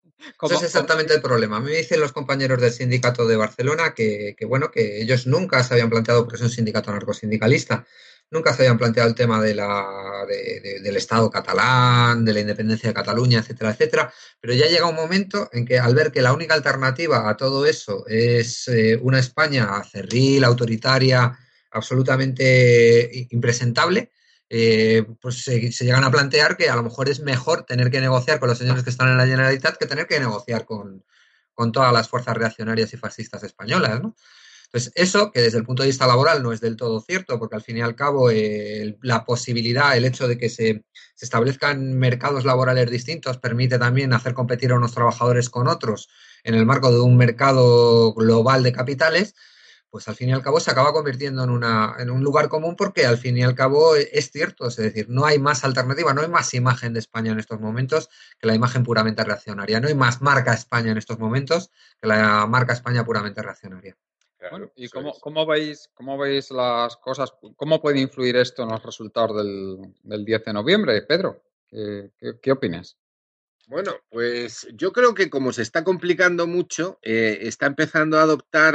Eso es ¿Cómo, cómo? exactamente el problema. A mí me dicen los compañeros del sindicato de Barcelona que, que, bueno, que ellos nunca se habían planteado, porque es un sindicato anarcosindicalista, nunca se habían planteado el tema de la, de, de, del Estado catalán, de la independencia de Cataluña, etcétera, etcétera. Pero ya llega un momento en que al ver que la única alternativa a todo eso es eh, una España cerril, autoritaria, absolutamente impresentable, eh, pues se, se, llegan a plantear que a lo mejor es mejor tener que negociar con los señores que están en la Generalitat que tener que negociar con, con todas las fuerzas reaccionarias y fascistas españolas, ¿no? Entonces, eso, que desde el punto de vista laboral no es del todo cierto, porque al fin y al cabo eh, la posibilidad, el hecho de que se, se establezcan mercados laborales distintos permite también hacer competir a unos trabajadores con otros en el marco de un mercado global de capitales, pues al fin y al cabo se acaba convirtiendo en, una, en un lugar común porque al fin y al cabo es cierto, es decir, no hay más alternativa, no hay más imagen de España en estos momentos que la imagen puramente reaccionaria, no hay más marca España en estos momentos que la marca España puramente reaccionaria. Bueno, ¿y cómo, cómo, veis, cómo veis las cosas? ¿Cómo puede influir esto en los resultados del, del diez de noviembre, Pedro? ¿Qué, qué, qué opinas? Bueno, pues yo creo que como se está complicando mucho, eh, está empezando a adoptar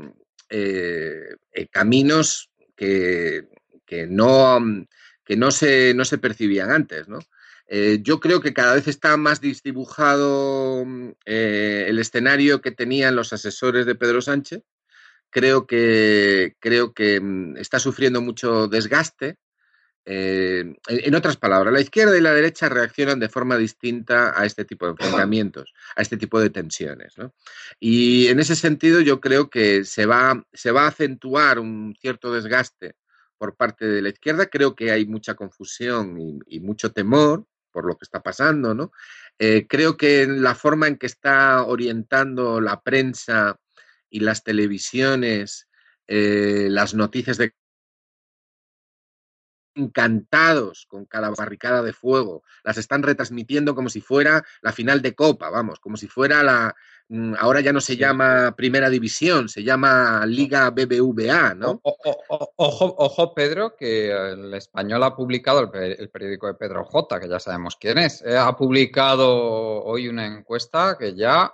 eh, eh, caminos que, que, no, que no, se, no se percibían antes, ¿no? Eh, yo creo que cada vez está más desdibujado eh, el escenario que tenían los asesores de Pedro Sánchez. Creo que, creo que está sufriendo mucho desgaste. Eh, en otras palabras, la izquierda y la derecha reaccionan de forma distinta a este tipo de enfrentamientos, a este tipo de tensiones, ¿no? Y en ese sentido yo creo que se va, se va a acentuar un cierto desgaste por parte de la izquierda. Creo que hay mucha confusión y, y mucho temor por lo que está pasando, ¿no? Eh, creo que la forma en que está orientando la prensa y las televisiones, eh, las noticias de encantados con cada barricada de fuego, las están retransmitiendo como si fuera la final de Copa, vamos, como si fuera la, ahora ya no se sí. llama Primera División, se llama Liga B B V A, ¿no? O, o, o, ojo, ojo, Pedro, que el Español ha publicado, el, el periódico de Pedro J, que ya sabemos quién es, eh, ha publicado hoy una encuesta que ya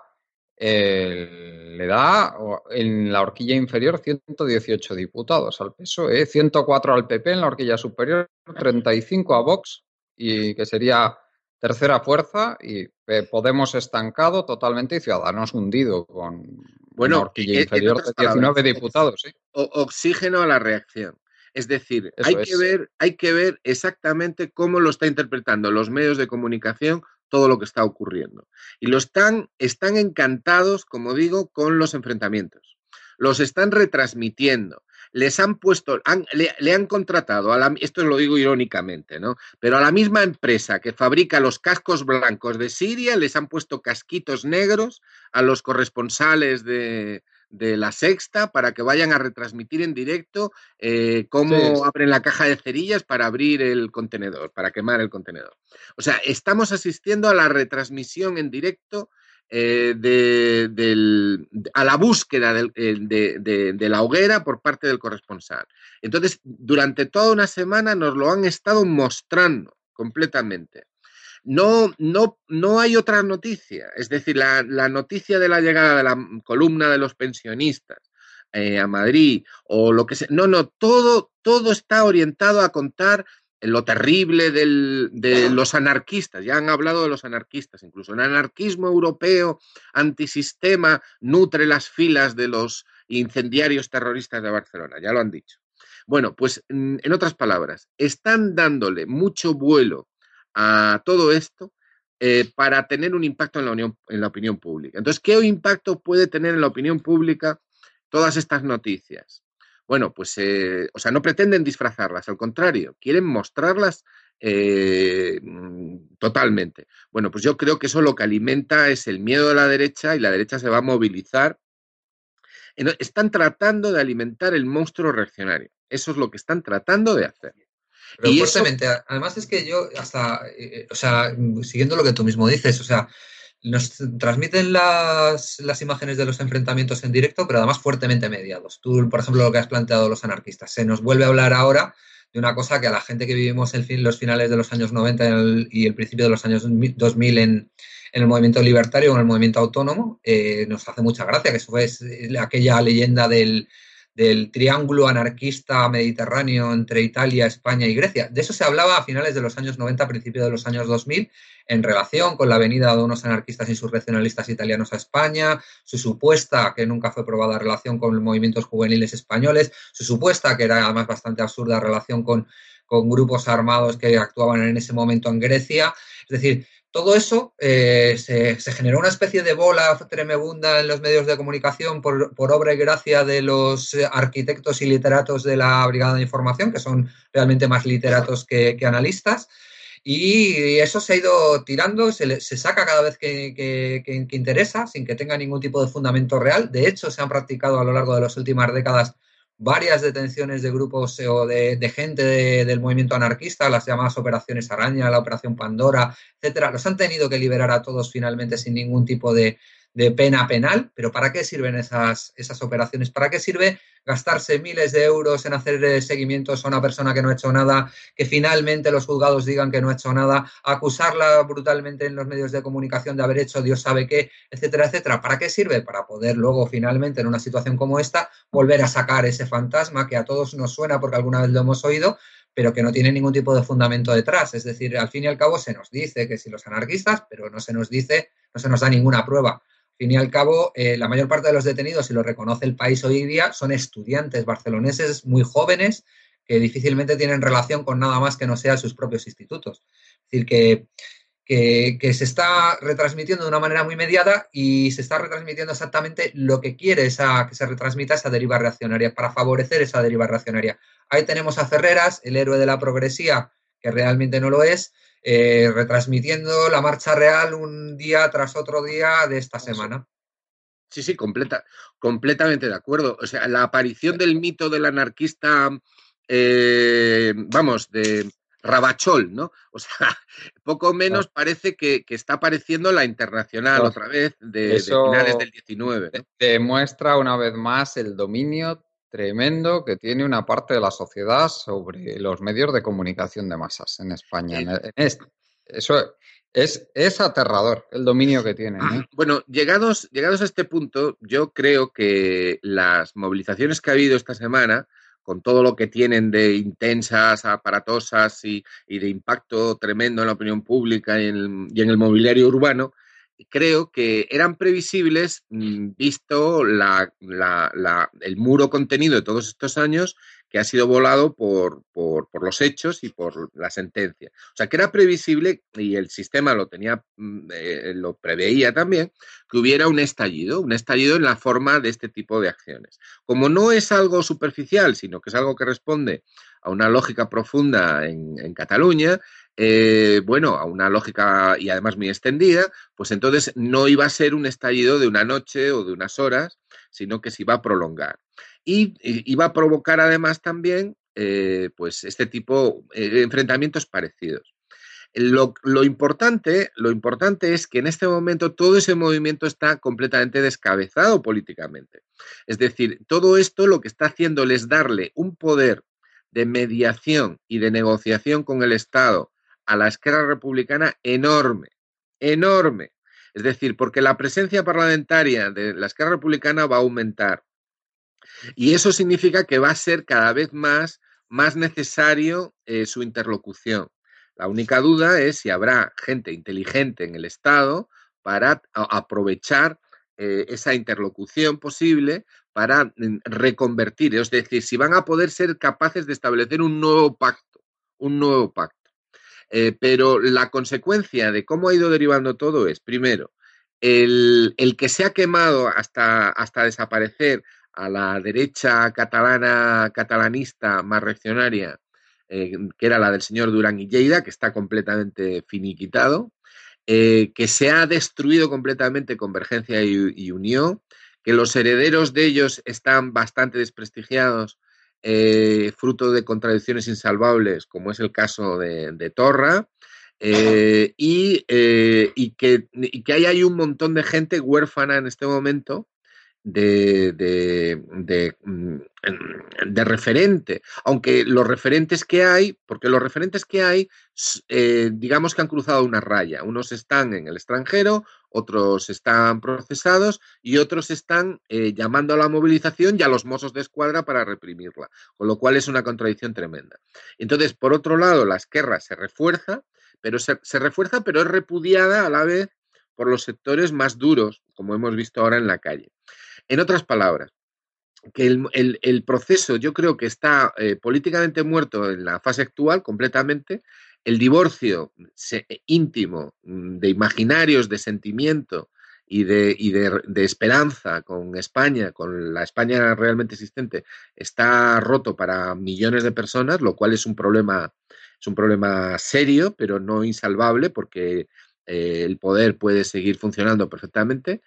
eh, le da en la horquilla inferior ciento dieciocho diputados al P S O E, ciento cuatro al P P en la horquilla superior, treinta y cinco a Vox, y que sería tercera fuerza, y Podemos estancado totalmente y Ciudadanos hundido con bueno, una horquilla en, inferior en de diecinueve palabras, diputados. ¿Sí? Oxígeno a la reacción. Es decir, Eso hay es. que ver, hay que ver exactamente cómo lo está interpretando los medios de comunicación todo lo que está ocurriendo. Y lo están, están encantados, como digo, con los enfrentamientos. Los están retransmitiendo. Les han puesto, han, le, le, han contratado, a la, esto lo digo irónicamente, ¿no? Pero a la misma empresa que fabrica los cascos blancos de Siria, les han puesto casquitos negros a los corresponsales de, de La Sexta para que vayan a retransmitir en directo eh, cómo sí. abren la caja de cerillas para abrir el contenedor, para quemar el contenedor. O sea, estamos asistiendo a la retransmisión en directo eh, de, de, de, a la búsqueda de, de, de, de la hoguera por parte del corresponsal. Entonces, durante toda una semana nos lo han estado mostrando completamente. No, no, no hay otra noticia. Es decir, la, la noticia de la llegada de la columna de los pensionistas eh, a Madrid o lo que sea. No, no, todo, todo está orientado a contar lo terrible del, de los anarquistas. Ya han hablado de los anarquistas incluso. El anarquismo europeo antisistema nutre las filas de los incendiarios terroristas de Barcelona. Ya lo han dicho. Bueno, pues en otras palabras, están dándole mucho vuelo a todo esto eh, para tener un impacto en la, unión, en la opinión pública. Entonces, ¿qué impacto puede tener en la opinión pública todas estas noticias? Bueno, pues, eh, o sea, no pretenden disfrazarlas, al contrario, quieren mostrarlas eh, totalmente. Bueno, pues yo creo que eso lo que alimenta es el miedo de la derecha y la derecha se va a movilizar. Están tratando de alimentar el monstruo reaccionario. Eso es lo que están tratando de hacer. Pero y fuertemente, eso... además es que yo hasta, eh, o sea, siguiendo lo que tú mismo dices, o sea, nos transmiten las, las imágenes de los enfrentamientos en directo, pero además fuertemente mediados. Tú, por ejemplo, lo que has planteado los anarquistas, se nos vuelve a hablar ahora de una cosa que a la gente que vivimos el fin, los finales de los años noventa y el, y el principio de los años dos mil en, en el movimiento libertario o en el movimiento autónomo, eh, nos hace mucha gracia, que eso fue aquella leyenda del, del triángulo anarquista mediterráneo entre Italia, España y Grecia. De eso se hablaba a finales de los años noventa, principios de los años dos mil, en relación con la venida de unos anarquistas insurreccionalistas italianos a España, su supuesta, que nunca fue probada, relación con movimientos juveniles españoles, su supuesta, que era además bastante absurda, relación con, con grupos armados que actuaban en ese momento en Grecia. Es decir, todo eso eh, se, se generó una especie de bola tremebunda en los medios de comunicación por, por obra y gracia de los arquitectos y literatos de la Brigada de Información, que son realmente más literatos que, que analistas. Y eso se ha ido tirando, se, le, se saca cada vez que, que, que, que interesa, sin que tenga ningún tipo de fundamento real. De hecho, se han practicado a lo largo de las últimas décadas varias detenciones de grupos o de, de gente de, del movimiento anarquista, las llamadas operaciones Araña, la operación Pandora, etcétera. Los han tenido que liberar a todos finalmente sin ningún tipo de, de pena penal. Pero ¿para qué sirven esas, esas operaciones? ¿Para qué sirve gastarse miles de euros en hacer seguimientos a una persona que no ha hecho nada, que finalmente los juzgados digan que no ha hecho nada, acusarla brutalmente en los medios de comunicación de haber hecho Dios sabe qué, etcétera, etcétera? ¿Para qué sirve? Para poder luego finalmente en una situación como esta volver a sacar ese fantasma que a todos nos suena porque alguna vez lo hemos oído, pero que no tiene ningún tipo de fundamento detrás. Es decir, al fin y al cabo se nos dice que si los anarquistas, pero no se nos dice, no se nos da ninguna prueba. Al fin y al cabo, eh, la mayor parte de los detenidos, y lo reconoce el país hoy día, son estudiantes barceloneses muy jóvenes que difícilmente tienen relación con nada más que no sea sus propios institutos. Es decir, que, que, que se está retransmitiendo de una manera muy mediada y se está retransmitiendo exactamente lo que quiere esa, que se retransmita esa deriva reaccionaria, para favorecer esa deriva reaccionaria. Ahí tenemos a Ferreras, el héroe de la progresía, que realmente no lo es, Eh, retransmitiendo la marcha real un día tras otro día de esta semana. Sí, sí, completa, completamente de acuerdo. O sea, la aparición del mito del anarquista, eh, vamos, de Ravachol, ¿no? O sea, poco menos parece que, que está apareciendo la Internacional no, otra vez de, de finales del diecinueve, ¿no? Demuestra una vez más el dominio tremendo que tiene una parte de la sociedad sobre los medios de comunicación de masas en España. Sí. En este, eso es, es aterrador el dominio que tienen, ¿eh? Bueno, llegados, llegados a este punto, yo creo que las movilizaciones que ha habido esta semana, con todo lo que tienen de intensas, aparatosas y, y de impacto tremendo en la opinión pública y en, y en el mobiliario urbano, creo que eran previsibles visto la, la, la, el muro contenido de todos estos años que ha sido volado por, por, por los hechos y por la sentencia. O sea, que era previsible, y el sistema lo tenía, eh, lo preveía también, que hubiera un estallido, un estallido en la forma de este tipo de acciones. Como no es algo superficial, sino que es algo que responde a una lógica profunda en, en Cataluña, eh, bueno, a una lógica y además muy extendida, pues entonces no iba a ser un estallido de una noche o de unas horas, sino que se iba a prolongar. Y, y iba a provocar además también eh, pues este tipo de eh, enfrentamientos parecidos. Lo, lo, importante, lo importante es que en este momento todo ese movimiento está completamente descabezado políticamente. Es decir, todo esto lo que está haciendo es darle un poder de mediación y de negociación con el Estado a la Esquerra Republicana enorme, enorme. Es decir, porque la presencia parlamentaria de la Esquerra Republicana va a aumentar. Y eso significa que va a ser cada vez más, más necesario eh, su interlocución. La única duda es si habrá gente inteligente en el Estado para a, aprovechar eh, esa interlocución posible para reconvertir, es decir, si van a poder ser capaces de establecer un nuevo pacto, un nuevo pacto. Eh, pero la consecuencia de cómo ha ido derivando todo es, primero, el, el que se ha quemado hasta, hasta desaparecer a la derecha catalana, catalanista más reaccionaria, eh, que era la del señor Duran y Lleida, que está completamente finiquitado, eh, que se ha destruido completamente Convergencia y, y Unió, que los herederos de ellos están bastante desprestigiados, eh, fruto de contradicciones insalvables, como es el caso de, de Torra, eh, y, eh, y, que, y que ahí hay un montón de gente huérfana en este momento, de, de, de, de referente, aunque los referentes que hay, porque los referentes que hay, eh, digamos que han cruzado una raya, unos están en el extranjero, otros están procesados y otros están eh, llamando a la movilización y a los mozos de escuadra para reprimirla, con lo cual es una contradicción tremenda. Entonces, por otro lado, la Esquerra se refuerza, pero se, se refuerza, pero es repudiada a la vez por los sectores más duros, como hemos visto ahora en la calle. En otras palabras, que el, el, el proceso yo creo que está eh, políticamente muerto en la fase actual completamente. El divorcio se, íntimo de imaginarios, de sentimiento y, de, y de, de esperanza con España, con la España realmente existente, está roto para millones de personas, lo cual es un problema, es un problema serio, pero no insalvable, porque eh, el poder puede seguir funcionando perfectamente.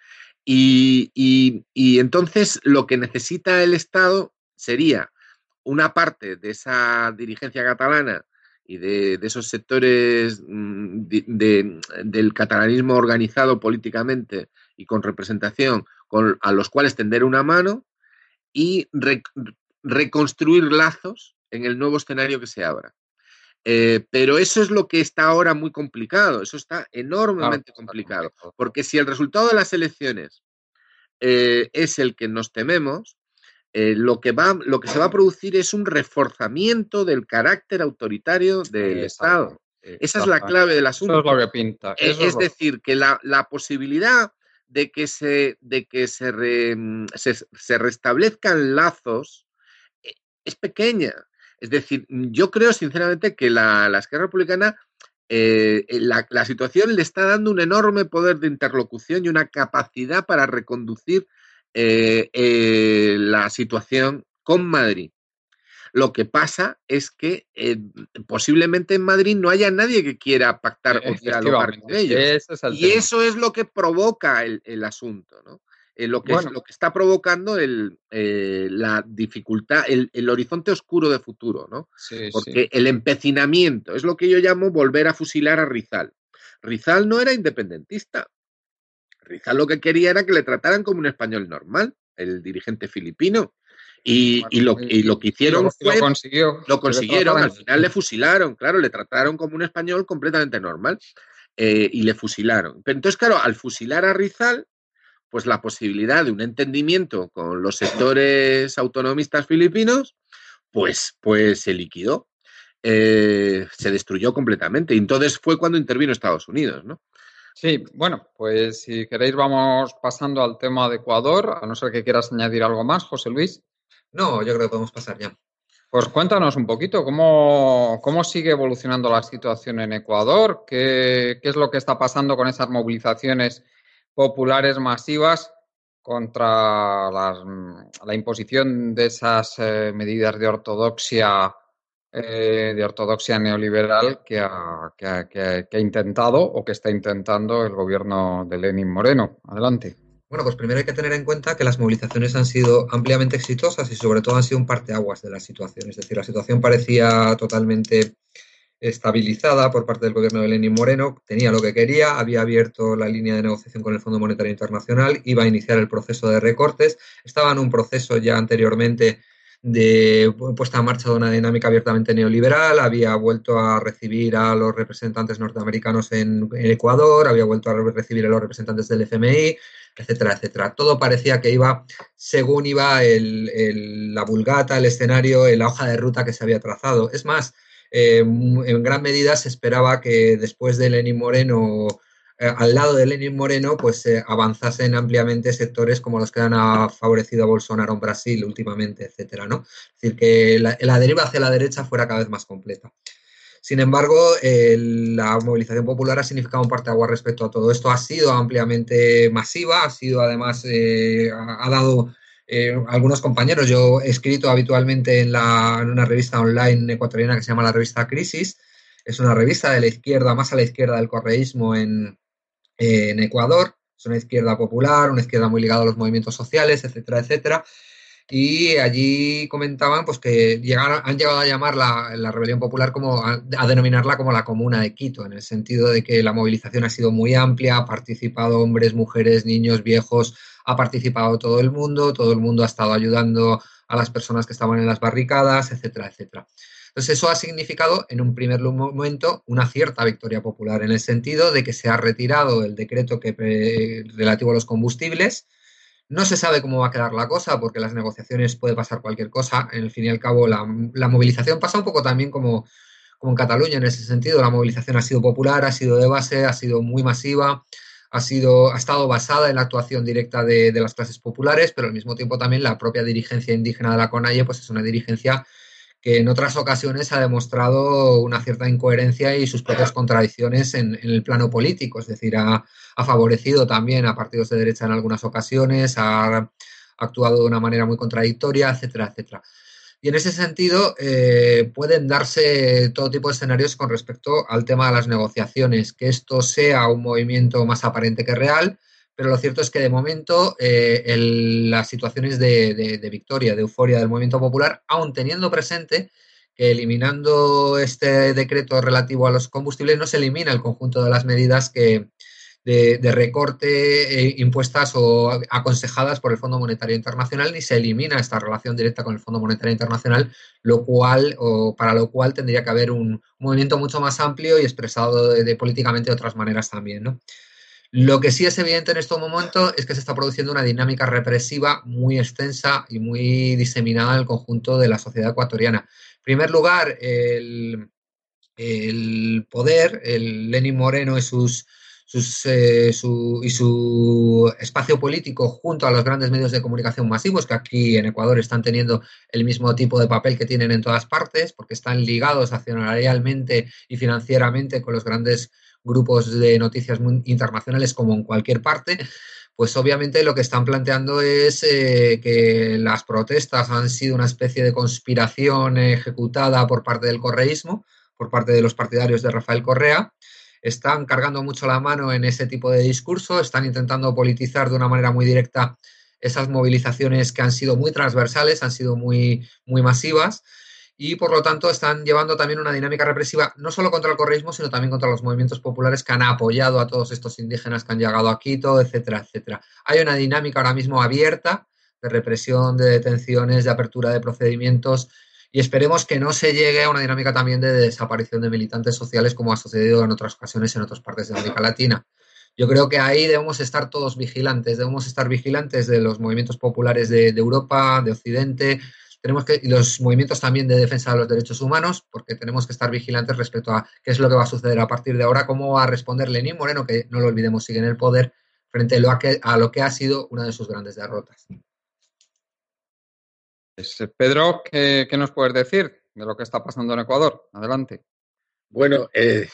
Y, y, y entonces lo que necesita el Estado sería una parte de esa dirigencia catalana y de, de esos sectores de, de, del catalanismo organizado políticamente y con representación, con, a los cuales tender una mano y re, reconstruir lazos en el nuevo escenario que se abra. Eh, pero eso es lo que está ahora muy complicado, eso está enormemente claro, complicado, está complicado, porque si el resultado de las elecciones eh, es el que nos tememos, eh, lo, que va, lo que se va a producir es un reforzamiento del carácter autoritario del Estado. Esa es la clave del asunto. Eso es lo que pinta. Eh, eso es es lo... decir, que la, la posibilidad de que se, de que se, re, se, se restablezcan lazos eh, es pequeña. Es decir, yo creo sinceramente que la, la Esquerra Republicana, eh, la, la situación le está dando un enorme poder de interlocución y una capacidad para reconducir eh, eh, la situación con Madrid. Lo que pasa es que eh, posiblemente en Madrid no haya nadie que quiera pactar o dialogar con ellos. Ese es el y tema. Eso es lo que provoca el, el asunto, ¿no? Eh, lo, que bueno. es, lo que está provocando el, eh, la dificultad, el, el horizonte oscuro de futuro, ¿no? Sí, Porque sí. el empecinamiento es lo que yo llamo volver a fusilar a Rizal. Rizal no era independentista. Rizal lo que quería era que le trataran como un español normal, el dirigente filipino. Y, bueno, y, lo, y lo que hicieron lo, fue... Lo, consiguió, lo consiguieron, al final le fusilaron, claro, le trataron como un español completamente normal eh, y le fusilaron. Pero entonces, claro, al fusilar a Rizal, pues la posibilidad de un entendimiento con los sectores autonomistas filipinos, pues, pues se liquidó, eh, se destruyó completamente. Y entonces fue cuando intervino Estados Unidos, ¿no? Sí, bueno, pues si queréis vamos pasando al tema de Ecuador, a no ser que quieras añadir algo más, José Luis. No, yo creo que podemos pasar ya. Pues cuéntanos un poquito, ¿cómo, cómo sigue evolucionando la situación en Ecuador? ¿Qué, qué es lo que está pasando con esas movilizaciones populares masivas contra las, la imposición de esas eh, medidas de ortodoxia eh, de ortodoxia neoliberal que ha, que, ha, que, ha, que ha intentado o que está intentando el gobierno de Lenín Moreno? Adelante. Bueno, pues primero hay que tener en cuenta que las movilizaciones han sido ampliamente exitosas y sobre todo han sido un parteaguas de la situación. Es decir, la situación parecía totalmente estabilizada por parte del gobierno de Lenín Moreno, tenía lo que quería, había abierto la línea de negociación con el Fondo Monetario Internacional, iba a iniciar el proceso de recortes, estaba en un proceso ya anteriormente de puesta en marcha de una dinámica abiertamente neoliberal, había vuelto a recibir a los representantes norteamericanos en, en Ecuador, había vuelto a recibir a los representantes del F M I, etcétera, etcétera. Todo parecía que iba según iba el, el, la vulgata, el escenario, la hoja de ruta que se había trazado. Es más, eh, en gran medida se esperaba que después de Lenín Moreno, eh, al lado de Lenín Moreno, pues eh, avanzasen ampliamente sectores como los que han favorecido a Bolsonaro en Brasil últimamente, etcétera, ¿no? Es decir, que la, la deriva hacia la derecha fuera cada vez más completa. Sin embargo, eh, la movilización popular ha significado un parteaguas respecto a todo esto. Ha sido ampliamente masiva, ha sido además, eh, ha, ha dado eh, algunos compañeros. Yo he escrito habitualmente en, la, en una revista online ecuatoriana que se llama la revista Crisis. Es una revista de la izquierda, más a la izquierda del correísmo en, en Ecuador. Es una izquierda popular, una izquierda muy ligada a los movimientos sociales, etcétera, etcétera. y allí comentaban pues que llegaron, han llegado a llamar la, la rebelión popular como a, a denominarla como la Comuna de Quito, en el sentido de que la movilización ha sido muy amplia, ha participado hombres, mujeres, niños, viejos, ha participado todo el mundo, todo el mundo ha estado ayudando a las personas que estaban en las barricadas, etcétera, etcétera. Entonces eso ha significado en un primer momento una cierta victoria popular en el sentido de que se ha retirado el decreto que, eh, relativo a los combustibles. No se sabe cómo va a quedar la cosa porque las negociaciones puede pasar cualquier cosa. En el fin y al cabo, la, la movilización pasa un poco también como, como en Cataluña en ese sentido. La movilización ha sido popular, ha sido de base, ha sido muy masiva, ha, sido, ha estado basada en la actuación directa de, de las clases populares, pero al mismo tiempo también la propia dirigencia indígena de la CONAIE pues es una dirigencia que en otras ocasiones ha demostrado una cierta incoherencia y sus propias contradicciones en, en el plano político, es decir, ha, ha, favorecido también a partidos de derecha en algunas ocasiones, ha actuado de una manera muy contradictoria, etcétera, etcétera. Y en ese sentido eh, pueden darse todo tipo de escenarios con respecto al tema de las negociaciones, que esto sea un movimiento más aparente que real, pero lo cierto es que de momento eh, el, las situaciones de, de, de victoria, de euforia del movimiento popular, aún teniendo presente que eliminando este decreto relativo a los combustibles no se elimina el conjunto de las medidas que, de, de recorte eh, impuestas o aconsejadas por el Fondo Monetario Internacional, ni se elimina esta relación directa con el Fondo Monetario Internacional, lo cual, o para lo cual tendría que haber un, un movimiento mucho más amplio y expresado de, de políticamente de otras maneras también, ¿no? Lo que sí es evidente en este momento es que se está produciendo una dinámica represiva muy extensa y muy diseminada en el conjunto de la sociedad ecuatoriana. En primer lugar, el, el poder, el Lenín Moreno y sus, sus, eh, su, y su espacio político junto a los grandes medios de comunicación masivos, que aquí en Ecuador están teniendo el mismo tipo de papel que tienen en todas partes, porque están ligados accionarialmente y financieramente con los grandes grupos de noticias internacionales como en cualquier parte, pues obviamente lo que están planteando es eh, que las protestas han sido una especie de conspiración ejecutada por parte del correísmo, por parte de los partidarios de Rafael Correa. Están cargando mucho la mano en ese tipo de discurso, están intentando politizar de una manera muy directa esas movilizaciones que han sido muy transversales, han sido muy, muy masivas, y por lo tanto están llevando también una dinámica represiva no solo contra el correísmo, sino también contra los movimientos populares que han apoyado a todos estos indígenas que han llegado a Quito, etcétera, etcétera. Hay una dinámica ahora mismo abierta de represión, de detenciones, de apertura de procedimientos, y esperemos que no se llegue a una dinámica también de desaparición de militantes sociales como ha sucedido en otras ocasiones en otras partes de América Latina. Yo creo que ahí debemos estar todos vigilantes, debemos estar vigilantes de los movimientos populares de, de Europa, de Occidente, tenemos que, y los movimientos también de defensa de los derechos humanos, porque tenemos que estar vigilantes respecto a qué es lo que va a suceder a partir de ahora, cómo va a responder Lenín Moreno, que no lo olvidemos, sigue en el poder, frente a lo que, a lo que ha sido una de sus grandes derrotas. Pedro, ¿qué, qué nos puedes decir de lo que está pasando en Ecuador? Adelante. Bueno, eh,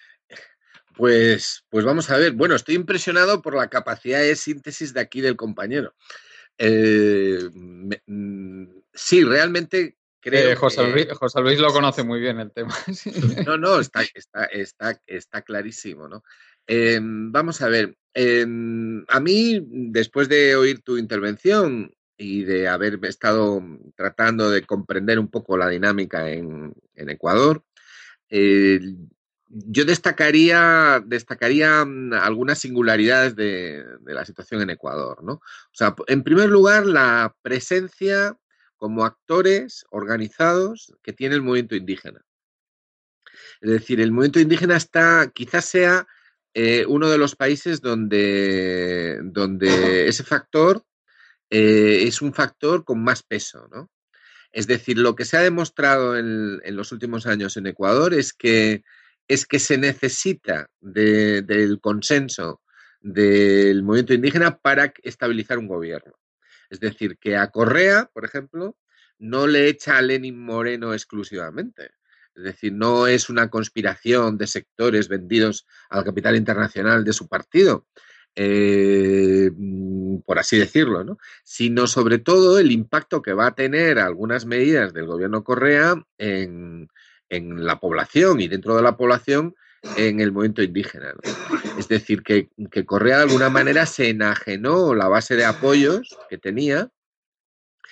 pues, pues vamos a ver. Bueno, estoy impresionado por la capacidad de síntesis de aquí del compañero. Eh, me, sí, realmente creo eh, José, Luis, que... José Luis lo conoce muy bien el tema. Sí. No, no, está, está, está, está clarísimo, ¿no? Eh, vamos a ver, eh, a mí, después de oír tu intervención y de haber estado tratando de comprender un poco la dinámica en, en Ecuador, eh, yo destacaría, destacaría algunas singularidades de, de la situación en Ecuador, ¿no? O sea, en primer lugar, la presencia como actores organizados que tiene el movimiento indígena. Es decir, el movimiento indígena está, quizás sea eh, uno de los países donde, donde ese factor eh, es un factor con más peso, ¿no? Es decir, lo que se ha demostrado en, en los últimos años en Ecuador es que, es que se necesita de, del consenso del movimiento indígena para estabilizar un gobierno. Es decir, que a Correa, por ejemplo, no le echa a Lenín Moreno exclusivamente. Es decir, no es una conspiración de sectores vendidos al capital internacional de su partido, eh, por así decirlo, ¿no? Sino sobre todo el impacto que va a tener algunas medidas del gobierno Correa en, en la población y dentro de la población en el movimiento indígena, ¿no? Es decir, que, que Correa de alguna manera se enajenó la base de apoyos que tenía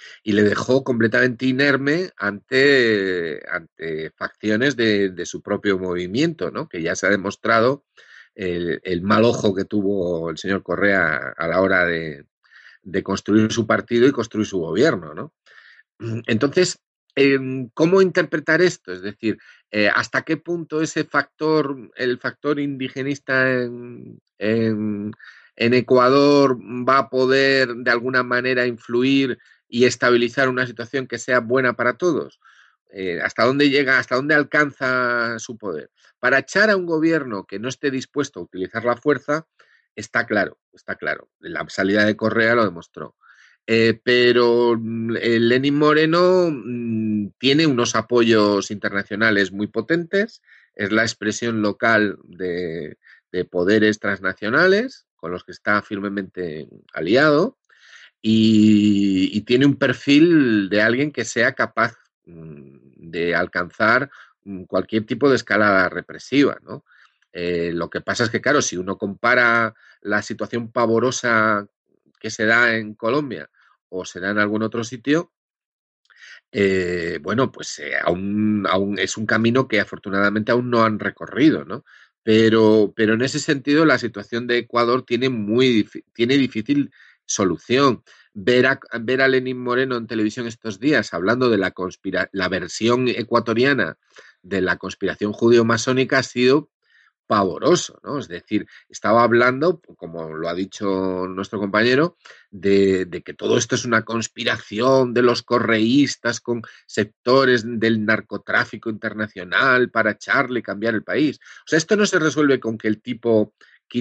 y le dejó completamente inerme ante, ante facciones de, de su propio movimiento, ¿no? Que ya se ha demostrado el, el mal ojo que tuvo el señor Correa a la hora de, de construir su partido y construir su gobierno, ¿no? Entonces, eh, ¿cómo interpretar esto? Es decir, eh, ¿hasta qué punto ese factor, el factor indigenista en, en, en Ecuador va a poder de alguna manera influir y estabilizar una situación que sea buena para todos? Eh, ¿Hasta dónde llega, hasta dónde alcanza su poder? Para echar a un gobierno que no esté dispuesto a utilizar la fuerza, está claro, está claro. La salida de Correa lo demostró. Eh, pero el Lenín Moreno mmm, tiene unos apoyos internacionales muy potentes, es la expresión local de, de poderes transnacionales con los que está firmemente aliado y, y tiene un perfil de alguien que sea capaz mmm, de alcanzar mmm, cualquier tipo de escalada represiva, ¿no? Eh, lo que pasa es que, claro, si uno compara la situación pavorosa que se da en Colombia o se da en algún otro sitio, eh, bueno, pues eh, aún, aún es un camino que afortunadamente aún no han recorrido, ¿no? Pero, pero en ese sentido la situación de Ecuador tiene muy tiene difícil solución. Ver a, ver a Lenín Moreno en televisión estos días hablando de la, conspira la versión ecuatoriana de la conspiración judío-masónica ha sido pavoroso, ¿no? Es decir, estaba hablando, como lo ha dicho nuestro compañero, de, de, que todo esto es una conspiración de los correístas con sectores del narcotráfico internacional para echarle y cambiar el país. O sea, esto no se resuelve con que el tipo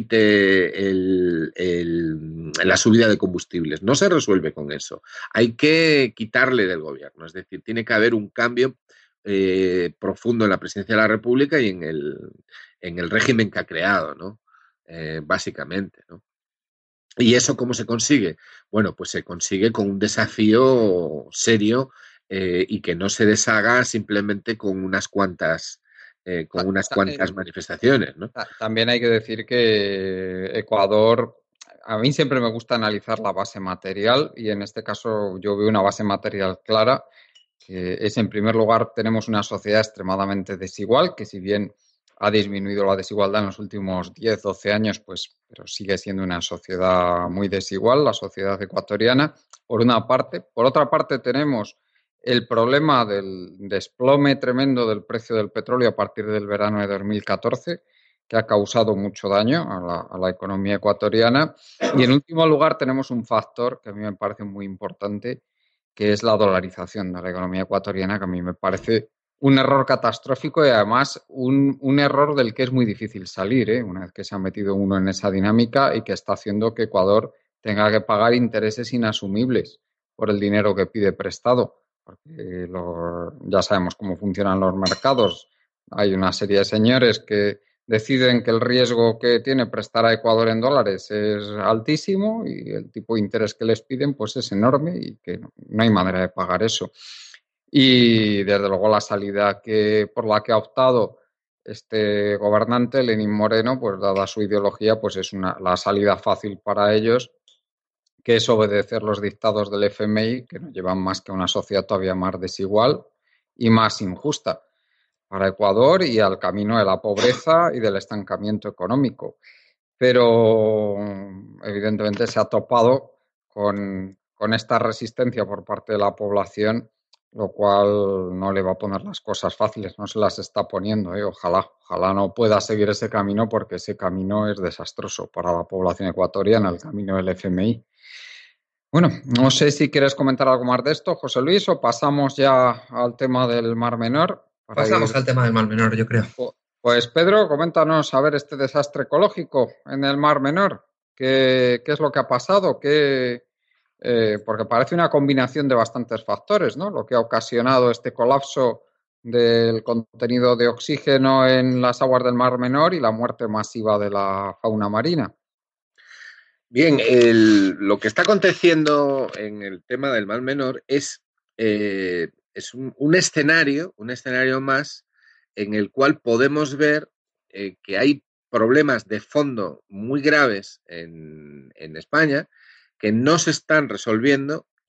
quite el, el, la subida de combustibles, no se resuelve con eso. Hay que quitarle del gobierno, es decir, tiene que haber un cambio eh, profundo en la presidencia de la República y en el en el régimen que ha creado, ¿no? Eh, básicamente, ¿no? ¿Y eso cómo se consigue? Bueno, pues se consigue con un desafío serio eh, y que no se deshaga simplemente con unas cuantas, eh, con unas cuantas manifestaciones, ¿no? También hay que decir que Ecuador, a mí siempre me gusta analizar la base material y en este caso yo veo una base material clara, que es en primer lugar tenemos una sociedad extremadamente desigual, que si bien ha disminuido la desigualdad en los últimos diez, doce años, pues, pero sigue siendo una sociedad muy desigual, la sociedad ecuatoriana, por una parte. Por otra parte, tenemos el problema del desplome tremendo del precio del petróleo a partir del verano de dos mil catorce, que ha causado mucho daño a la, a la economía ecuatoriana. Y en último lugar, tenemos un factor que a mí me parece muy importante, que es la dolarización de la economía ecuatoriana, que a mí me parece un error catastrófico y además un, un error del que es muy difícil salir, ¿eh? Una vez que se ha metido uno en esa dinámica y que está haciendo que Ecuador tenga que pagar intereses inasumibles por el dinero que pide prestado, porque lo, ya sabemos cómo funcionan los mercados. Hay una serie de señores que deciden que el riesgo que tiene prestar a Ecuador en dólares es altísimo y el tipo de interés que les piden pues es enorme y que no hay manera de pagar eso. Y desde luego la salida que por la que ha optado este gobernante, Lenín Moreno, pues dada su ideología, pues es una, la salida fácil para ellos, que es obedecer los dictados del F M I, que no llevan más que a una sociedad todavía más desigual y más injusta para Ecuador y al camino de la pobreza y del estancamiento económico. Pero evidentemente se ha topado con, con esta resistencia por parte de la población, lo cual no le va a poner las cosas fáciles, no se las está poniendo, ¿eh? Ojalá, ojalá no pueda seguir ese camino porque ese camino es desastroso para la población ecuatoriana, el camino del F M I. Bueno, no sé si quieres comentar algo más de esto, José Luis, o pasamos ya al tema del Mar Menor. Para Pasamos ir... al tema del Mar Menor, yo creo. Pues Pedro, coméntanos a ver este desastre ecológico en el Mar Menor. ¿Qué, qué es lo que ha pasado? ¿Qué, eh, porque parece una combinación de bastantes factores, ¿no? Lo que ha ocasionado este colapso del contenido de oxígeno en las aguas del Mar Menor y la muerte masiva de la fauna marina. Bien, el, lo que está aconteciendo en el tema del Mar Menor es, eh, es un, un escenario, un escenario más en el cual podemos ver eh, que hay problemas de fondo muy graves en, en España que no se están resolviendo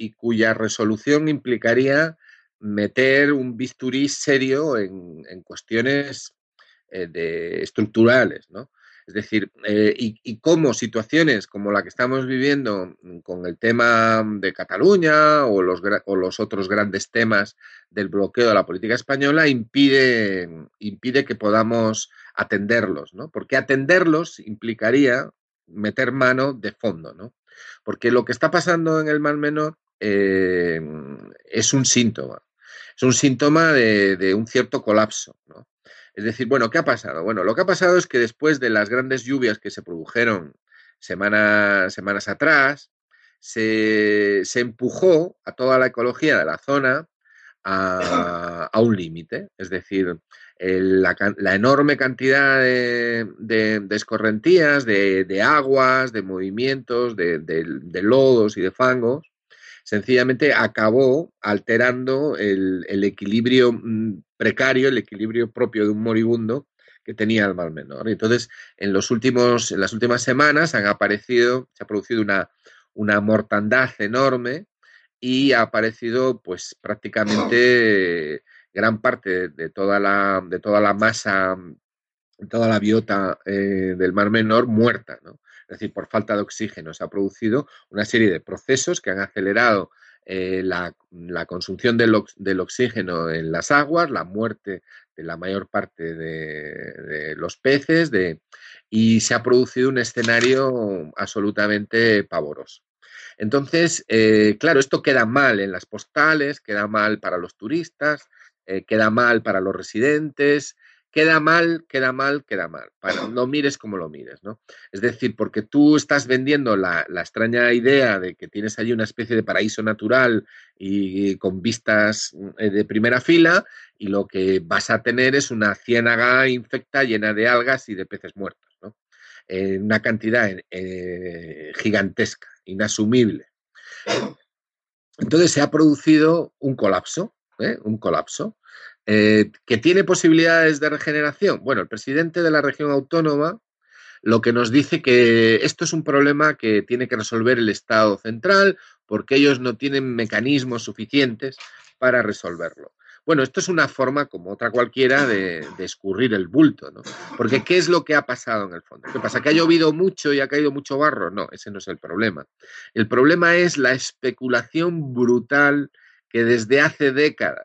y cuya resolución implicaría meter un bisturí serio en, en cuestiones eh, de, estructurales, ¿no? Es decir, eh, y, y cómo situaciones como la que estamos viviendo con el tema de Cataluña o los, o los otros grandes temas del bloqueo de la política española impide, impide que podamos atenderlos, ¿no? Porque atenderlos implicaría meter mano de fondo, ¿no? Porque lo que está pasando en el Mar Menor eh, es un síntoma, es un síntoma de, de un cierto colapso, ¿no? Es decir, bueno, ¿qué ha pasado? Bueno, lo que ha pasado es que después de las grandes lluvias que se produjeron semana, semanas atrás, se, se empujó a toda la ecología de la zona a, a un límite. Es decir, el, la, la enorme cantidad de, de, de escorrentías, de, de aguas, de movimientos, de, de, de lodos y de fangos, sencillamente acabó alterando el, el equilibrio precario, el equilibrio propio de un moribundo que tenía el Mar Menor. Entonces, en, los últimos, en las últimas semanas han aparecido, se ha producido una, una mortandad enorme y ha aparecido pues prácticamente gran parte de, de, toda, la, de toda la masa, toda la biota eh, del Mar Menor muerta, ¿no? Es decir, por falta de oxígeno se ha producido una serie de procesos que han acelerado eh, la, la, consunción del, del oxígeno en las aguas, la muerte de la mayor parte de, de los peces de, y se ha producido un escenario absolutamente pavoroso. Entonces, eh, claro, esto queda mal en las postales, queda mal para los turistas, eh, queda mal para los residentes, queda mal, queda mal, queda mal. Para, no mires como lo mires, ¿no? Es decir, porque tú estás vendiendo la, la extraña idea de que tienes allí una especie de paraíso natural y, y con vistas de primera fila, y lo que vas a tener es una ciénaga infecta llena de algas y de peces muertos, ¿no? Eh, una cantidad eh, gigantesca, inasumible. Entonces se ha producido un colapso, ¿eh? un colapso. Eh, ¿que tiene posibilidades de regeneración? Bueno, el presidente de la región autónoma lo que nos dice que esto es un problema que tiene que resolver el Estado central porque ellos no tienen mecanismos suficientes para resolverlo. Bueno, esto es una forma como otra cualquiera de, de escurrir el bulto, ¿no? Porque ¿qué es lo que ha pasado en el fondo? ¿Qué pasa? ¿Que ha llovido mucho y ha caído mucho barro? No, ese no es el problema. El problema es la especulación brutal que desde hace décadas,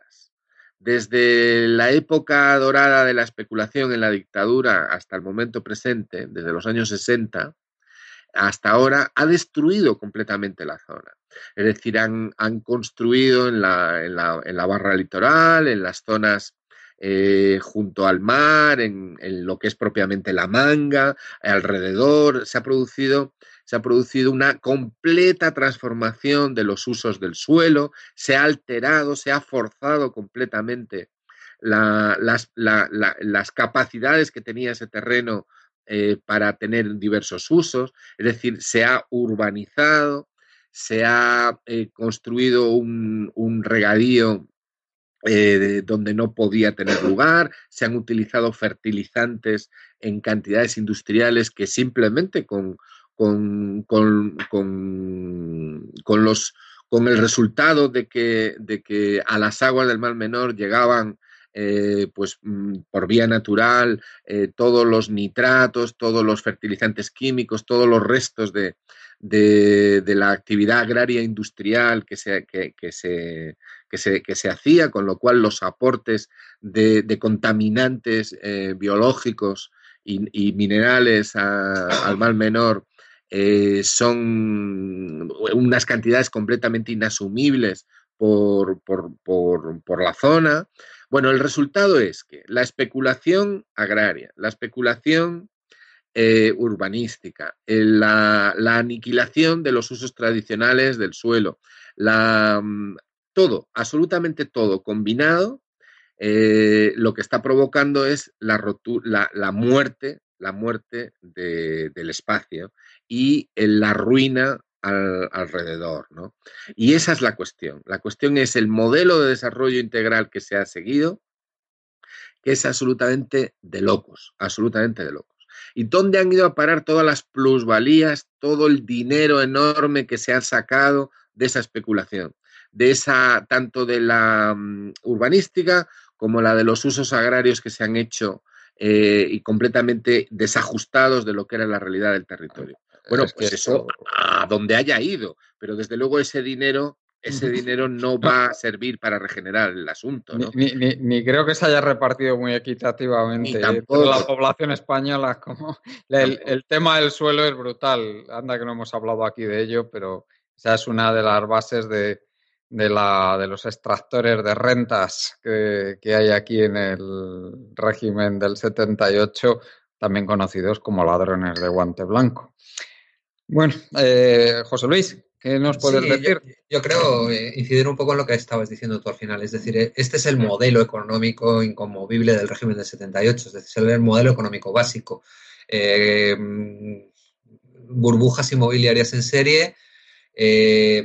desde la época dorada de la especulación en la dictadura hasta el momento presente, desde los años sesenta hasta ahora, ha destruido completamente la zona. Es decir, han, han construido en la, en, la, en la barra litoral, en las zonas eh, junto al mar, en, en lo que es propiamente la Manga, alrededor, se ha producido... se ha producido una completa transformación de los usos del suelo, se ha alterado, se ha forzado completamente la, las, la, la, las capacidades que tenía ese terreno eh, para tener diversos usos, es decir, se ha urbanizado, se ha eh, construido un, un regadío Eh, donde no podía tener lugar, se han utilizado fertilizantes en cantidades industriales que simplemente con, con, con, con, con, los, con el resultado de que, de que a las aguas del Mar Menor llegaban eh, pues, por vía natural eh, todos los nitratos, todos los fertilizantes químicos, todos los restos de, de, de la actividad agraria industrial que se, que, que se Que se, que se hacía, con lo cual los aportes de, de contaminantes eh, biológicos y, y minerales a, al Mar Menor eh, son unas cantidades completamente inasumibles por, por, por, por la zona. Bueno, el resultado es que la especulación agraria, la especulación eh, urbanística, la, la aniquilación de los usos tradicionales del suelo, la todo, absolutamente todo combinado, eh, lo que está provocando es la, rotu la, la muerte, la muerte de, del espacio y la ruina al, alrededor, ¿no? Y esa es la cuestión. La cuestión es el modelo de desarrollo integral que se ha seguido, que es absolutamente de locos, absolutamente de locos. ¿Y dónde han ido a parar todas las plusvalías, todo el dinero enorme que se ha sacado de esa especulación, de esa, tanto de la um, urbanística como la de los usos agrarios que se han hecho eh, y completamente desajustados de lo que era la realidad del territorio. Bueno, es pues eso a donde haya ido, pero desde luego ese dinero, ese dinero no va a servir para regenerar el asunto, ¿no? Ni, ni, ni creo que se haya repartido muy equitativamente entre la población española. Como el, el tema del suelo es brutal. Anda que no hemos hablado aquí de ello, pero esa es una de las bases de, de, la, de los extractores de rentas que, que hay aquí en el régimen del setenta y ocho, también conocidos como ladrones de guante blanco. Bueno, eh, José Luis, ¿qué nos puedes sí, decir? Yo, yo creo eh, incidir un poco en lo que estabas diciendo tú al final. Es decir, este es el modelo económico inconmovible del régimen del setenta y ocho, es decir, es el modelo económico básico. Eh, burbujas inmobiliarias en serie, eh,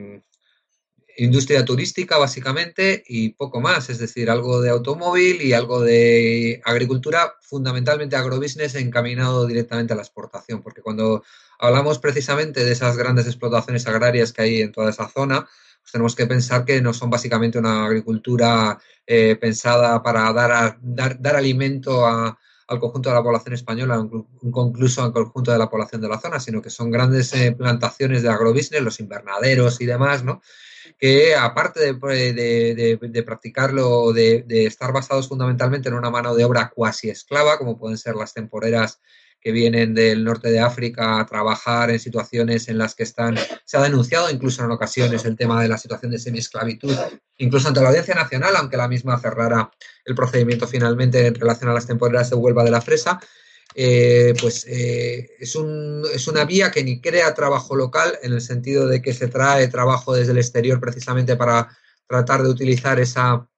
industria turística básicamente y poco más, es decir, algo de automóvil y algo de agricultura, fundamentalmente agrobusiness encaminado directamente a la exportación, porque cuando hablamos precisamente de esas grandes explotaciones agrarias que hay en toda esa zona, pues tenemos que pensar que no son básicamente una agricultura eh, pensada para dar, a, dar, dar alimento a, al conjunto de la población española, incluso al conjunto de la población de la zona, sino que son grandes eh, plantaciones de agrobusiness, los invernaderos y demás, ¿no? Que aparte de, de, de, de practicarlo, de, de estar basados fundamentalmente en una mano de obra cuasi esclava, como pueden ser las temporeras que vienen del norte de África a trabajar en situaciones en las que están, se ha denunciado incluso en ocasiones el tema de la situación de semiesclavitud, incluso ante la Audiencia Nacional, aunque la misma cerrara el procedimiento finalmente en relación a las temporeras de Huelva de la Fresa. Eh, pues eh, es, un, es una vía que ni crea trabajo local en el sentido de que se trae trabajo desde el exterior precisamente para tratar de utilizar esa,